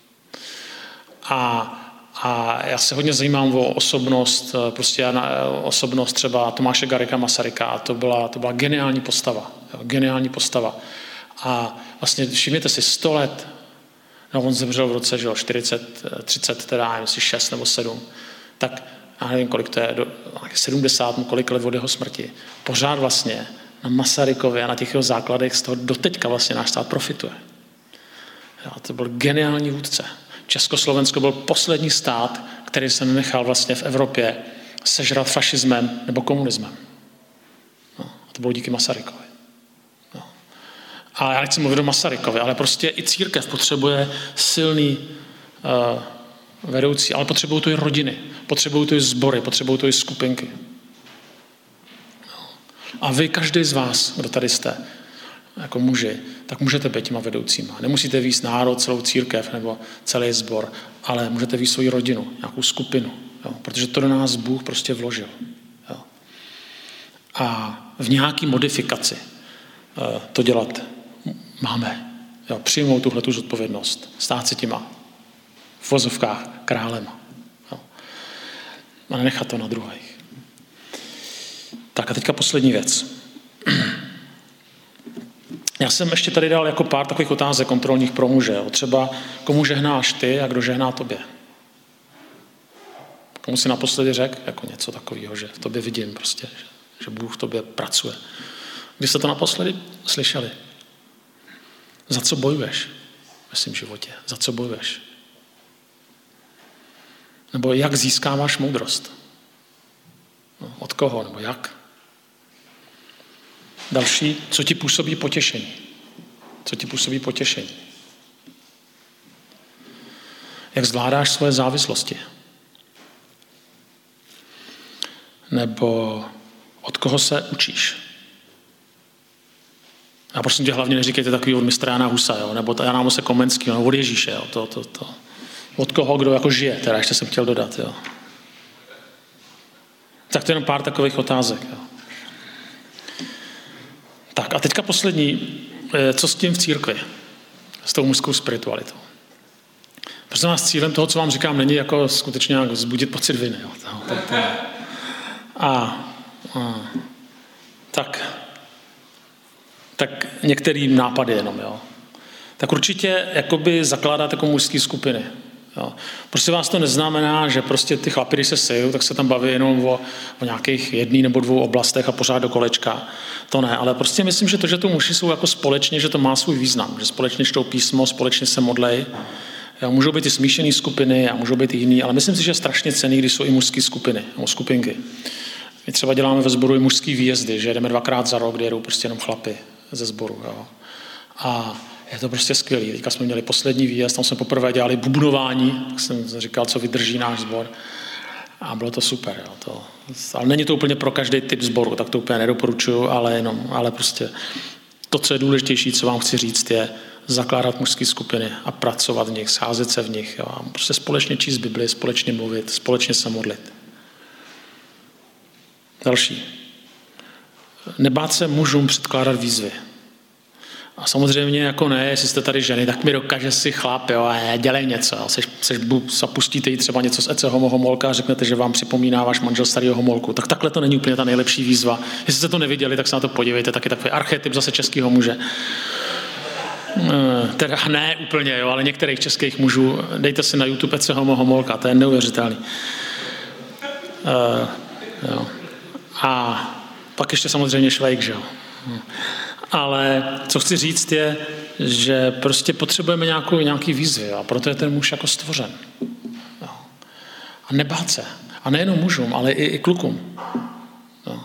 A já se hodně zajímám o osobnost, osobnost třeba Tomáše Garrigua Masaryka a to byla geniální postava. Jo, geniální postava. A vlastně všimněte si 100 let, no on zemřel v roce 40, 30, teda nevím, 6 nebo 7, tak já nevím, kolik to je, 70, kolik let od jeho smrti, pořád vlastně na Masarykově a na těch jeho základech z toho doteďka vlastně náš stát profituje. Jo, to byl geniální vůdce. Československo byl poslední stát, který se nenechal vlastně v Evropě sežrat fašismem nebo komunismem. No, a to bylo díky Masarykovi. No. A já nechci mluvit o Masarykovi, ale prostě i církev potřebuje silný vedoucí, ale potřebují to i rodiny, potřebují to i sbory, potřebují to i skupinky. No. A vy, každý z vás, kdo tady jste, jako muži, tak můžete být těma vedoucíma. Nemusíte vést národ, celou církev nebo celý sbor, ale můžete vést svoji rodinu, nějakou skupinu, jo? Protože to do nás Bůh prostě vložil. Jo? A v nějaký modifikaci to dělat máme. Jo? Přijmout tuhletu zodpovědnost, stát se těma v vozovkách králema. Jo? A nenechat to na druhých. Tak a teďka poslední věc. Já jsem ještě tady dal jako pár takových otázek kontrolních pro muže. Jo. Třeba komu žehnáš ty a kdo žehná tobě. Komu si naposledy řekl jako něco takového, že v tobě vidím prostě, že Bůh v tobě pracuje. Když jste to naposledy slyšeli? Za co bojuješ ve svém životě? Za co bojuješ? Nebo jak získáváš moudrost? No, od koho? Nebo jak? Další, co ti působí potěšení? Co ti působí potěšení? Jak zvládáš svoje závislosti? Nebo od koho se učíš? A prosím tě, hlavně neříkejte takový od mistra Jana Husa, jo? Nebo Jana Amose Komenský, no, od Ježíše. Jo? To. Od koho, kdo jako žije, teda ještě jsem chtěl dodat. Jo? Tak to je jenom pár takových otázek. Jo? Tak a teďka poslední, co s tím v církvi, s tou mužskou spiritualitou. Protože vás cílem toho, co vám říkám, není jako skutečně nějak vzbudit pocit viny. Jo. Tak některý nápady jenom. Jo. Tak určitě jakoby zakládat jako mužské skupiny. Jo. Prostě vás to neznamená, že prostě ty chlapi, když se sejou, tak se tam baví jenom o nějakých 1 nebo 2 oblastech a pořád do kolečka. To ne, ale prostě myslím, že to, že tu muži jsou jako společně, že to má svůj význam, že společně čtou písmo, společně se modlej. Jo, můžou být i smíšené skupiny a můžou být i jiný, ale myslím si, že je strašně cenný, když jsou i mužské skupiny, nebo skupinky. My třeba děláme ve sboru i mužský výjezdy, že jdeme 2krát za rok, kde jedou prostě jenom chlapy ze sboru. Jo. A je to prostě skvělý. Teďka jsme měli poslední výjezd, tam jsme poprvé dělali bubnování, tak jsem říkal, co vydrží náš sbor. A bylo to super. Jo. Ale není to úplně pro každý typ sboru, tak to úplně nedoporučuju, ale prostě to, co je důležitější, co vám chci říct, je zakládat mužské skupiny a pracovat v nich, scházet se v nich. Jo. A prostě společně číst Bibli, společně mluvit, společně se modlit. Další. Nebát se mužům předkládat výzvy. A samozřejmě jako ne, jestli jste tady ženy, tak mi dokáže si chlap, jo, a dělej něco. Jo. A pustíte jí třeba něco z Ece Homolka a řeknete, že vám připomíná váš manžel starého Homolku. Tak takhle to není úplně ta nejlepší výzva. Jestli jste to neviděli, tak se na to podívejte, taky takový archetyp zase českého muže. Teda ne úplně, jo, ale některých českých mužů. Dejte si na YouTube Ece Homolka, to je neuvěřitelný. Jo. A pak ještě samozřejmě Švejk, že jo. Ale co chci říct je, že prostě potřebujeme nějaký výzvy a proto je ten muž jako stvořen. Jo. A nebát se. A nejenom mužům, ale i klukům. Jo.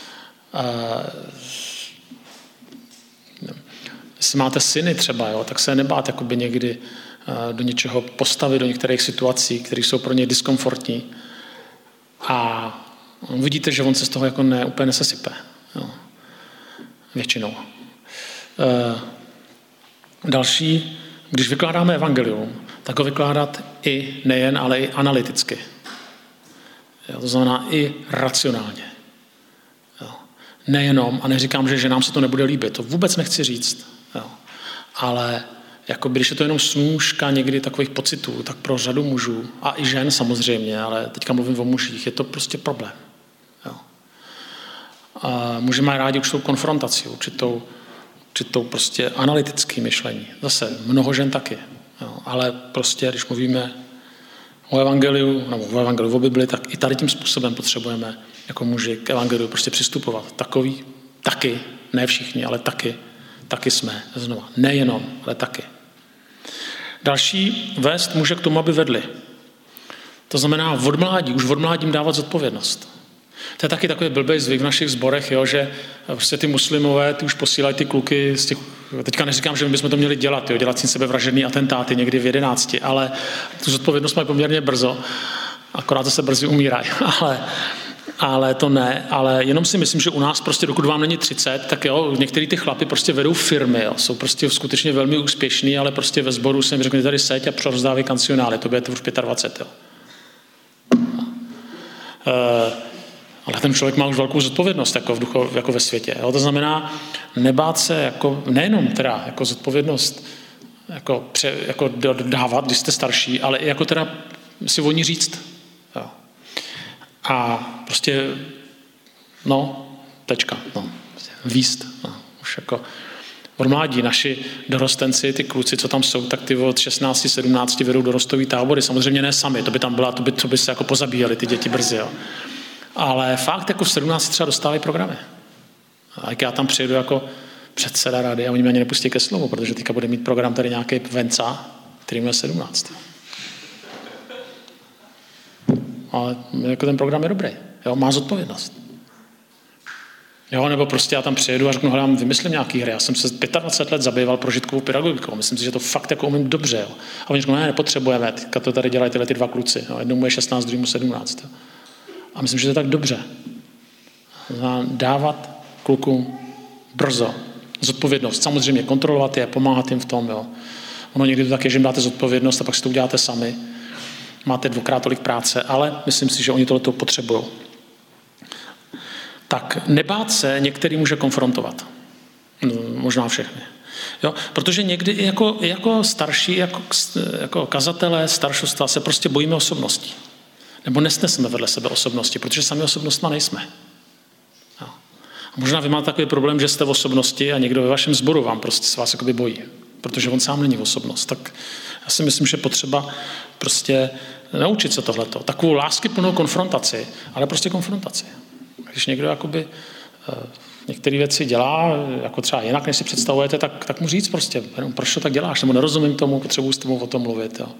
Jestli máte syny třeba, jo, tak se nebát jakoby někdy do něčeho postavit, do některých situací, které jsou pro ně diskomfortní. A vidíte, že on se z toho jako úplně nesesype. Jo. Většinou. Další, když vykládáme evangelium, tak ho vykládat i nejen, ale i analyticky. Jo, to znamená i racionálně. Jo. Nejenom, a neříkám, že nám se to nebude líbit, to vůbec nechci říct. Jo. Ale jako když je to jenom snůška někdy takových pocitů, tak pro řadu mužů, a i žen samozřejmě, ale teďka mluvím o mužích, je to prostě problém. Jo. A můžeme rádi určitou konfrontaci, určitou prostě analytické myšlení. Zase mnoho žen taky. Jo. Ale prostě, když mluvíme o evangeliu, nebo o evangeliu, o Bibli, tak i tady tím způsobem potřebujeme jako muži k evangeliu prostě přistupovat. Takový, taky, ne všichni, ale taky jsme znova. Nejenom, ale taky. Další, vést muže k tomu, aby vedli. To znamená už od mládí dávat zodpovědnost. To je taky takový blbej zvyk v našich sborech, jo, že prostě ty muslimové, ty už posílají ty kluky z těch, teďka neříkám, že my bychom to měli dělat, jo, dělat si sebevražedný atentáty někdy v 11, ale tu zodpovědnost mají poměrně brzo, akorát to se brzy umírají, ale to ne, ale jenom si myslím, že u nás prostě dokud vám není 30, tak jo, některý ty chlapy prostě vedou firmy, jo, jsou prostě skutečně velmi úspěšní, ale prostě ve sboru se jim řekne tady seď a rozdávají kancionály, to bude už 25, jo. Ale ten člověk má už velkou zodpovědnost jako ve světě. Jo? To znamená nebát se jako, nejenom teda jako zodpovědnost jako dávat, když jste starší, ale i jako teda si o ní říct. Jo? A prostě víst. Už jako od mládí naši dorostenci, ty kluci, co tam jsou, tak ty od 16, 17 vedou dorostový tábory. Samozřejmě ne sami, to by tam byla, to by se jako pozabíjeli ty děti brzy. Jo? Ale fakt jako v 17 třeba dostávají programy. A jak já tam přijedu jako předseda rady a oni mě ani nepustí ke slovu, protože teďka bude mít program tady nějaký Venca, který má 17. Ale jako ten program je dobrý. Jo, má zodpovědnost. Jo, nebo prostě já tam přijedu a řeknu, hledám, vymyslím nějaký hry. Já jsem se 25 let zabýval prožitkovou pedagogikou. Myslím si, že to fakt jako umím dobře. Jo. A oni řeknou, ne, nepotřebujeme. Teďka to tady dělají tyhle ty dva kluci. Jo. Jednomu je 16, druhému 17. Jo. A myslím, že to je tak dobře. Dávat klukům brzo zodpovědnost. Samozřejmě kontrolovat je, pomáhat jim v tom. Jo. Ono někdy to tak je, že jim dáte zodpovědnost a pak si to uděláte sami. Máte dvakrát tolik práce, ale myslím si, že oni tohleto potřebují. Tak nebát se některý může konfrontovat. Možná všechny. Jo? Protože někdy i jako starší, jako kazatelé staršostva se prostě bojíme osobností. Nebo nesneseme vedle sebe osobnosti, protože sami osobnostma nejsme. Jo. A možná vy máte takový problém, že jste v osobnosti a někdo ve vašem sboru vám prostě se vás jakoby bojí, protože on sám není osobnost. Tak já si myslím, že potřeba prostě naučit se tohleto. Takovou láskyplnou konfrontaci, ale prostě konfrontaci. Když někdo jakoby některé věci dělá, jako třeba jinak, než si představujete, tak mu říct prostě, proč to tak děláš, nebo nerozumím tomu, potřebuji s tebou o tom mluvit. Jo.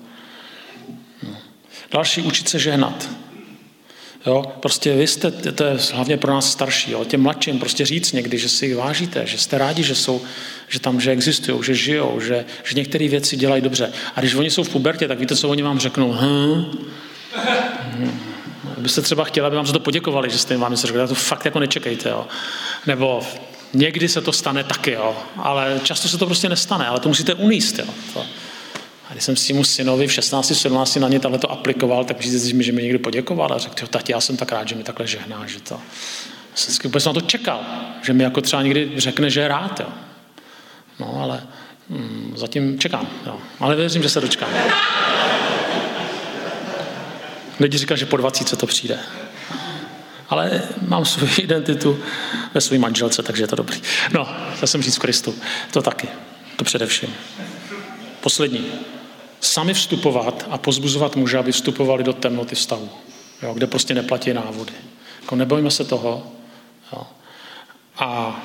Další, učit se žehnat. Jo, prostě vy jste, to je hlavně pro nás starší, jo, těm mladším prostě říct někdy, že si jich vážíte, že jste rádi, že existují, že žijou, že některé věci dělají dobře. A když oni jsou v pubertě, tak víte, co oni vám řeknou? Byste třeba chtěli, aby vám za to poděkovali, že jste jim vám něco řekli, to fakt jako nečekejte. Jo. Nebo někdy se to stane taky, jo, ale často se to prostě nestane, ale to musíte unést. Jo. A když jsem svýmu synovi v 16-17 na ně tohleto aplikoval, tak myslíte, že mi někdo poděkoval a řekl, tati, já jsem tak rád, že mi takhle žehná, že to... Jsem na to čekal, že mi jako třeba někdy řekne, že je rád, jo. No, ale zatím čekám, jo. Ale věřím, že se dočkám. Lidi říkají, že po 20 to přijde. Ale mám svou identitu ve své manželce, takže je to dobrý. No, chtěl jsem říct v Kristu. To taky. To především. Poslední. Sami vstupovat a pozbuzovat muže, aby vstupovali do temnoty vztahu, jo, kde prostě neplatí návody. Jako nebojme se toho. Jo. A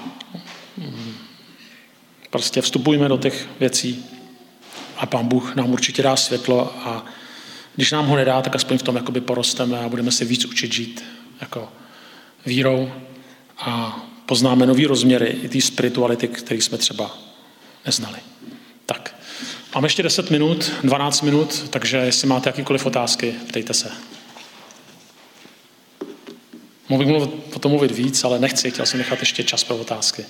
prostě vstupujme do těch věcí a Pán Bůh nám určitě dá světlo a když nám ho nedá, tak aspoň v tom jakoby porosteme a budeme se víc učit žít jako vírou a poznáme nový rozměry i té spirituality, které jsme třeba neznali. Tak. Máme ještě 10 minut, 12 minut, takže jestli máte jakýkoliv otázky, ptejte se. Mohl bych o tom mluvit víc, ale nechci, chtěl jsem nechat ještě čas pro otázky.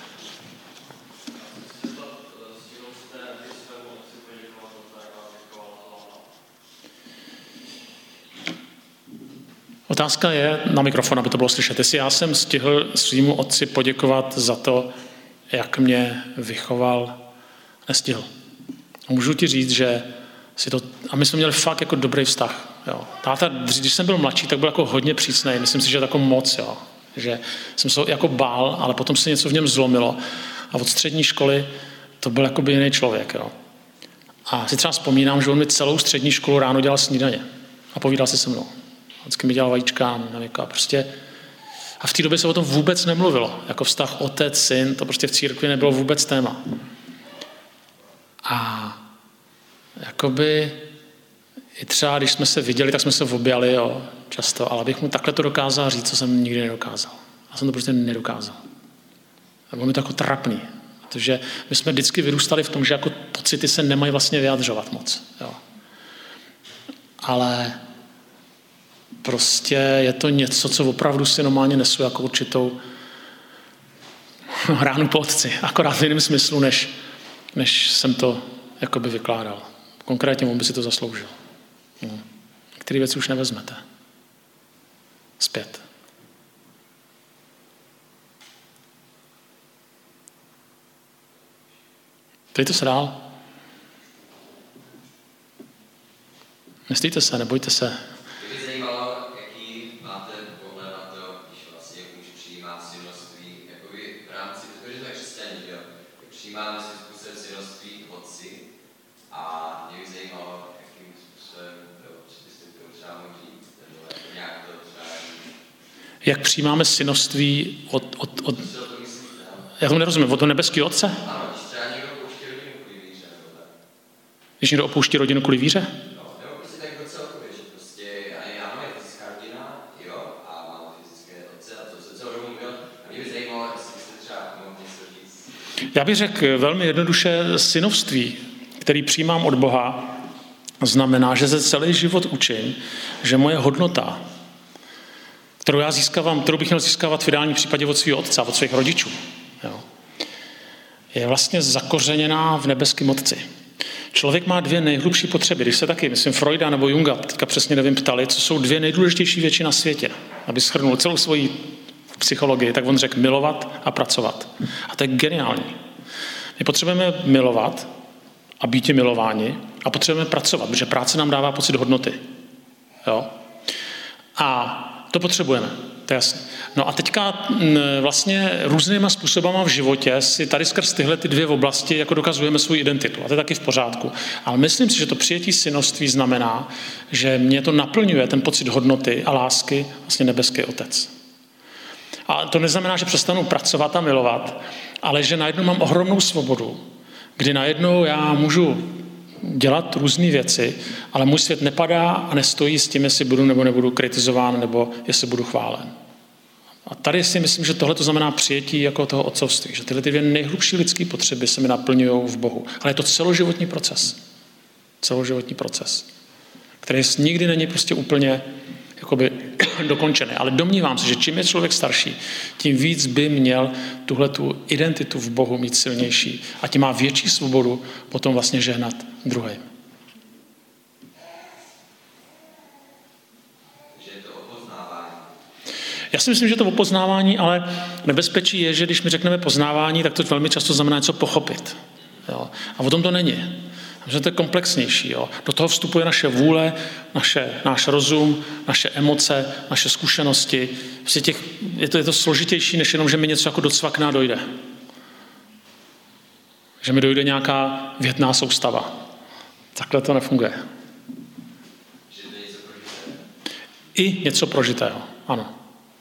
Otázka je na mikrofon, aby to bylo slyšet. Jestli já jsem stihl svýmu otci poděkovat za to, jak mě vychoval, nestihl. A můžu ti říct, že si to... A my jsme měli fakt jako dobrý vztah. Jo. Táta, když jsem byl mladší, tak byl jako hodně přísnej. Myslím si, že jako moc, jo. Že jsem se jako bál, ale potom se něco v něm zlomilo. A od střední školy to byl jakoby jiný člověk, jo. A si třeba vzpomínám, že on mi celou střední školu ráno dělal snídaně. A povídal si se mnou. Vždycky mi dělal vajíčka, a prostě. A v té době se o tom vůbec nemluvilo. Jako vztah otec, syn, to prostě v církvi nebylo vůbec téma. A jakoby i třeba, když jsme se viděli, tak jsme se objali, jo, často, ale abych mu takhle to dokázal říct, co jsem nikdy nedokázal. Já jsem to prostě nedokázal. A bylo mi to jako trapný, protože my jsme vždycky vyrůstali v tom, že jako pocity se nemají vlastně vyjadřovat moc. Jo. Ale prostě je to něco, co opravdu si normálně nesu jako určitou ránu po otci. Akorát v jiném smyslu, než jsem to jakoby vykládal. Konkrétně on by si to zasloužil. Některé věci už nevezmete. Zpět. Ptejte se dál. Nestýjte se, nebojte se. Mě by zajímalo, jaký máte pohled na to, když vlastně muž přijímá synoství, jakoby v rámci, protože to je křesťaní, že jo? Přijímáme si způsobem synoství otci a mě by zajímalo, jakým způsobem, či byste to třeba mohli říct, nebo nějak to třeba... Jak přijímáme synoství od... Já to nerozumím, od toho nebeského otce? Ano, když třeba někdo opouští rodinu kvůli víře, nebo tak. Když někdo opouští rodinu kvůli víře? Já bych řekl velmi jednoduše, synovství, který přijímám od Boha, znamená, že se celý život učím, že moje hodnota, kterou já získávám, kterou bych měl získávat v ideálním případě od svého otce, od svých rodičů, jo, je vlastně zakořeněná v nebeském otci. Člověk má dvě nejhlubší potřeby. Když se taky, myslím, Freuda nebo Junga, teďka přesně nevím, ptali, co jsou dvě nejdůležitější věci na světě. Aby shrnul celou svoji psychologii, tak on řekl milovat a pracovat. A to je geniální. My potřebujeme milovat a být milováni a potřebujeme pracovat, protože práce nám dává pocit hodnoty. Jo? A to potřebujeme, to je jasné. No a teďka vlastně různýma způsobama v životě si tady skrz tyhle ty dvě oblasti jako dokazujeme svou identitu. A to je taky v pořádku. Ale myslím si, že to přijetí synoství znamená, že mě to naplňuje ten pocit hodnoty a lásky vlastně nebeský otec. A to neznamená, že přestanu pracovat a milovat, ale že najednou mám ohromnou svobodu, kdy najednou já můžu dělat různé věci, ale můj svět nepadá a nestojí s tím, jestli budu nebo nebudu kritizován, nebo jestli budu chválen. A tady si myslím, že tohle to znamená přijetí jako toho otcovství, že tyhle dvě nejhlubší lidské potřeby se mi naplňují v Bohu. Ale je to celoživotní proces. Celoživotní proces, který nikdy není prostě úplně jakoby dokončený. Ale domnívám se, že čím je člověk starší, tím víc by měl tuhletu identitu v Bohu mít silnější a tím má větší svobodu potom vlastně žehnat druhým. Takže je to opoznávání. Já si myslím, že to opoznávání, ale nebezpečí je, že když my řekneme poznávání, tak to velmi často znamená něco pochopit. Jo? A o tom to není. Že to je komplexnější. Jo? Do toho vstupuje naše vůle, náš rozum, naše emoce, naše zkušenosti. Prostě je to složitější, než jenom, že mi něco jako docvakne a dojde. Že mi dojde nějaká větná soustava. Takhle to nefunguje. Že to je něco prožitého. I něco prožitého, ano.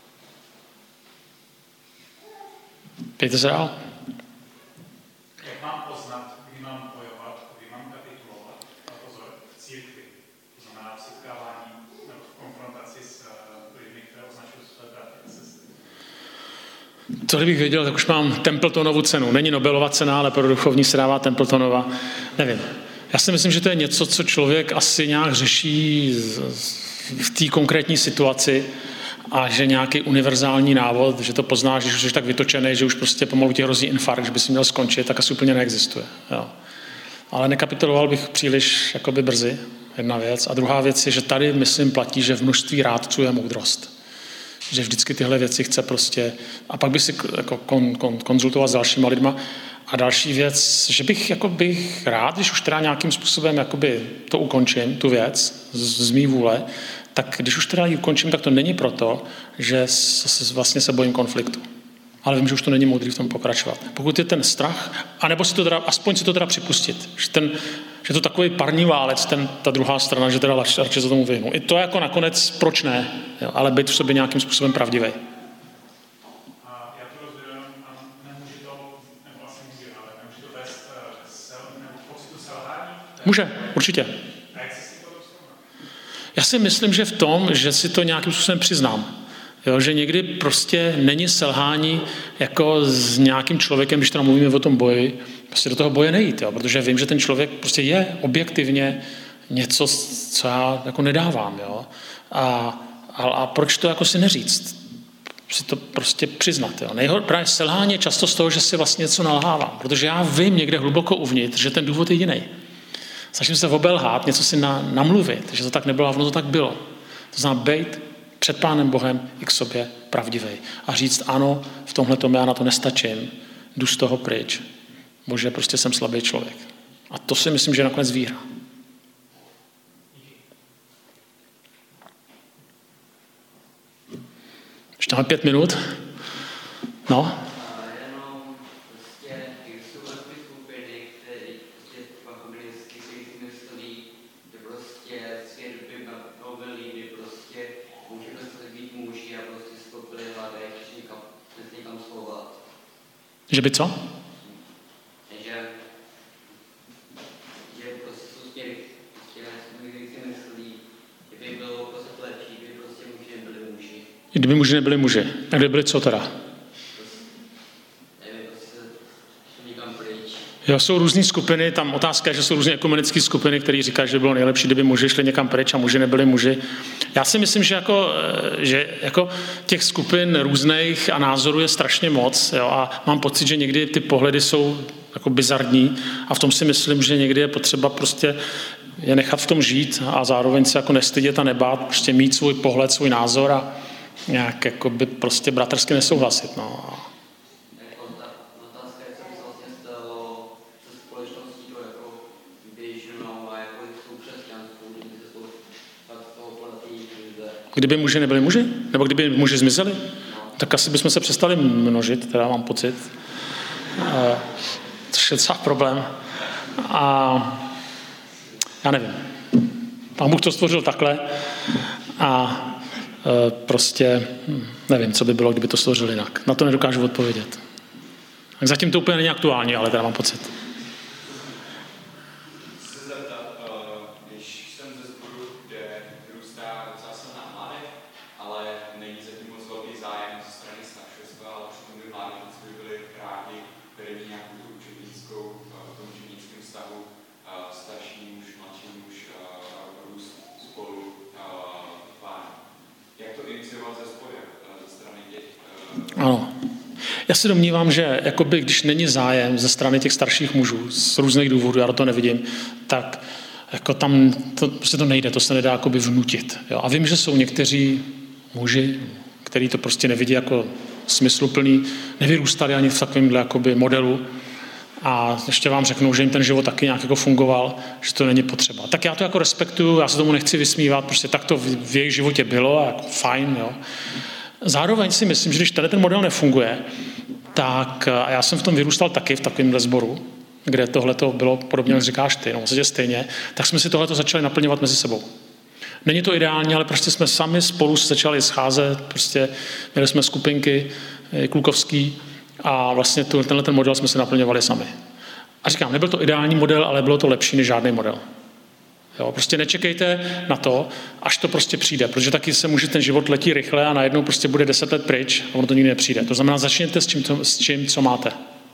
Pějte se dál. Jak mám poznat, kdy mám bojovat, kdy mám kapitulovat? A pozor, v církvi. To znamená v setkávání nebo v konfrontaci s lidmi, které označují své bratry a sestry. To, kdybych věděl, tak už mám Templetonovu cenu. Není Nobelova cena, ale pro duchovní se dává Templetonova. Nevím. Já si myslím, že to je něco, co člověk asi nějak řeší v té konkrétní situaci a že nějaký univerzální návod, že to poznáš, když už jsi tak vytočený, že už prostě pomalu ti hrozí infarkt, že by si měl skončit, tak asi úplně neexistuje. Jo. Ale nekapituloval bych příliš jakoby brzy, jedna věc. A druhá věc je, že tady, myslím, platí, že v množství rádců je moudrost. Že vždycky tyhle věci chce prostě... A pak by si jako konzultoval s dalšíma lidma. A další věc, že bych rád, když už teda nějakým způsobem jakoby to ukončím, tu věc, z mý vůle, tak když už teda ji ukončím, tak to není proto, že vlastně se bojím konfliktu. Ale vím, že už to není moudrý v tom pokračovat. Pokud je ten strach, anebo si to teda, aspoň si to teda připustit, že Že to takový parní válec, ta druhá strana, že teda radši se tomu vyhnu. I to jako nakonec, proč ne, jo, ale být v sobě nějakým způsobem pravdivý. A já to rozdělím a nemůže to, nebo asi může, ale nemůže to vést nebo pocitu selhání? Může, určitě. A jak se si to dostane? Já si myslím, že v tom, že si to nějakým způsobem přiznám. Jo, že někdy prostě není selhání jako s nějakým člověkem, když teda mluvíme o tom boji, prostě do toho boje nejít, jo, protože vím, že ten člověk prostě je objektivně něco, co já jako nedávám. Jo. A proč to jako si neříct? Si to prostě přiznat. Jo. Právě selhání je často z toho, že si vlastně něco nalhávám, protože já vím někde hluboko uvnitř, že ten důvod je jiný. Snažím se obelhát, něco si namluvit, že to tak nebylo a ono to tak bylo. To znamená být před Pánem Bohem i k sobě pravdivej. A říct ano, v tomhletom já na to nestačím, jdu z toho pryč. Bože, prostě jsem slabý člověk. A to si myslím, že je nakonec výhra. Ještě máme 5 minut. No. Že by co? Že prostě jsou směry, kdy si myslí, že by bylo prostě lepší, kdyby prostě muži nebyli muži. Kdyby muži nebyli muži. A kdyby byli co teda? Nevím, prostě někam pryč. Jo, jsou různý skupiny, tam otázka je, že jsou různé ekumenické skupiny, které říkají, že by bylo nejlepší, kdyby muži šli někam pryč a muži nebyli muži. Já si myslím, že jako těch skupin různých a názorů je strašně moc, jo, a mám pocit, že někdy ty pohledy jsou jako bizarní a v tom si myslím, že někdy je potřeba prostě je nechat v tom žít a zároveň se jako nestydět a nebát, prostě mít svůj pohled, svůj názor a nějak jako by prostě bratrsky nesouhlasit. No. Kdyby muži nebyli muži? Nebo kdyby muži zmizeli? Tak asi bychom se přestali množit, teda mám pocit. Což je docela problém. A já nevím. Pán Bůh to stvořil takhle a prostě nevím, co by bylo, kdyby to stvořil jinak. Na to nedokážu odpovědět. Tak zatím to úplně není aktuální, ale teda mám pocit. Ano. Já si domnívám, že jakoby, když není zájem ze strany těch starších mužů z různých důvodů, já to nevidím, tak jako tam prostě to nejde, to se nedá jakoby vnutit. Jo? A vím, že jsou někteří muži, kteří to prostě nevidí jako smysluplný, nevyrůstali ani v takovémhle jakoby modelu a ještě vám řeknou, že jim ten život taky nějak jako fungoval, že to není potřeba. Tak já to jako respektuju, já se tomu nechci vysmívat, prostě tak to v jejich životě bylo a jako fajn, jo. Zároveň si myslím, že když tady ten model nefunguje, tak a já jsem v tom vyrůstal taky v takovémhle sboru, kde tohleto bylo podobně, jak říkáš ty, no vlastně stejně, tak jsme si tohleto začali naplňovat mezi sebou. Není to ideální, ale prostě jsme sami spolu začali scházet, prostě měli jsme skupinky klukovský a vlastně tenhle ten model jsme si naplňovali sami. A říkám, nebyl to ideální model, ale bylo to lepší než žádný model. Jo, prostě nečekejte na to, až to prostě přijde, protože taky se může ten život letí rychle a najednou prostě bude 10 let pryč a ono to nikdy nepřijde. To znamená, začněte s čím, co máte.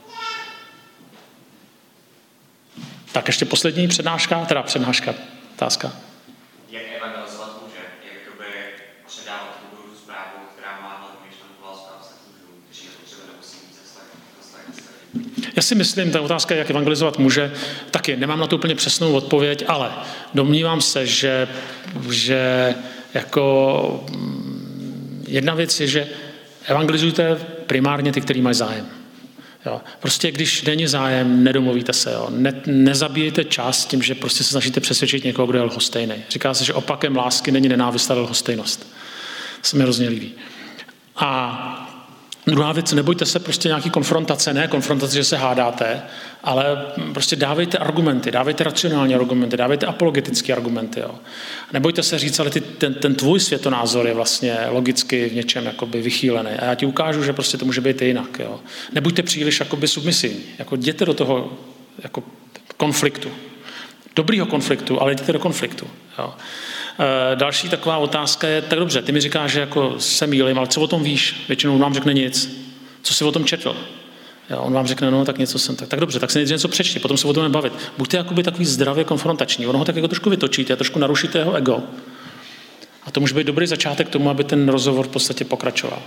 Tak ještě poslední přednáška, otázka. Jak evangelizovat muže? Jak jakoby předávat tu zprávu, která má hlavně myšlenku lásku a vztah mužů, kteří potřeba nemusí mít vztah. Já si myslím, ta otázka, jak evangelizovat muže, taky nemám na to úplně přesnou odpověď, ale domnívám se, že jako jedna věc je, že evangelizujte primárně ty, kteří mají zájem. Jo. Prostě když není zájem, nedomluvíte se. Jo. Nezabijejte čas tím, že prostě se snažíte přesvědčit někoho, kdo je lhostejný. Říká se, že opakem lásky není nenávist, ale lhostejnost. To se mi hrozně líbí. A Druhá věc, nebojte se prostě nějaký konfrontace, ne konfrontace, že se hádáte, ale prostě dávejte argumenty, dávejte racionální argumenty, dávejte apologetické argumenty. Jo. Nebojte se říct, ale ten tvůj světonázor je vlastně logicky v něčem jakoby vychýlený. A já ti ukážu, že prostě to může být jinak. Jo. Nebuďte příliš jakoby submisivní. Jako jděte do toho jako konfliktu. Dobrýho konfliktu, ale jděte do konfliktu. Jo. Další taková otázka je, tak dobře, ty mi říkáš, že jako se mýlím, ale co o tom víš? Většinou on vám řekne nic. Co jsi o tom četl? Jo, on vám řekne, no, tak něco jsem, tak dobře, tak se nejdřív něco přečti, potom se o tom bavit. Buďte jakoby takový zdravě konfrontační, ono ho tak jako trošku vytočíte a trošku narušíte jeho ego. A to může být dobrý začátek k tomu, aby ten rozhovor v podstatě pokračoval.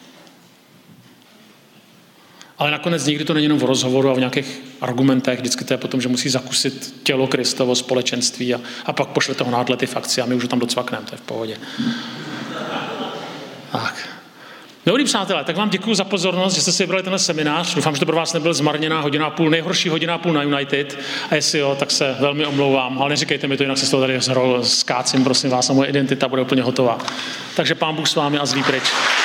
Ale nakonec nikdy to není jenom v rozhovoru a v nějakých argumentech, vždycky to je potom, že musí zakusit tělo Kristovo, společenství a pak pošlete ho na atlety v akci a my už ho tam docvakneme, to je v pohodě. Tak. Dobrý přátelé, tak vám děkuji za pozornost, že jste si vybrali tenhle seminář. Doufám, že to pro vás nebyl zmarněná hodina a půl, nejhorší hodina a půl na United. A jestli jo, tak se velmi omlouvám, ale neříkejte mi to, jinak se z toho tady skácím, prosím vás, a moje identita bude úplně hotová. Takže Pán Bůh s vámi a zlí pryč.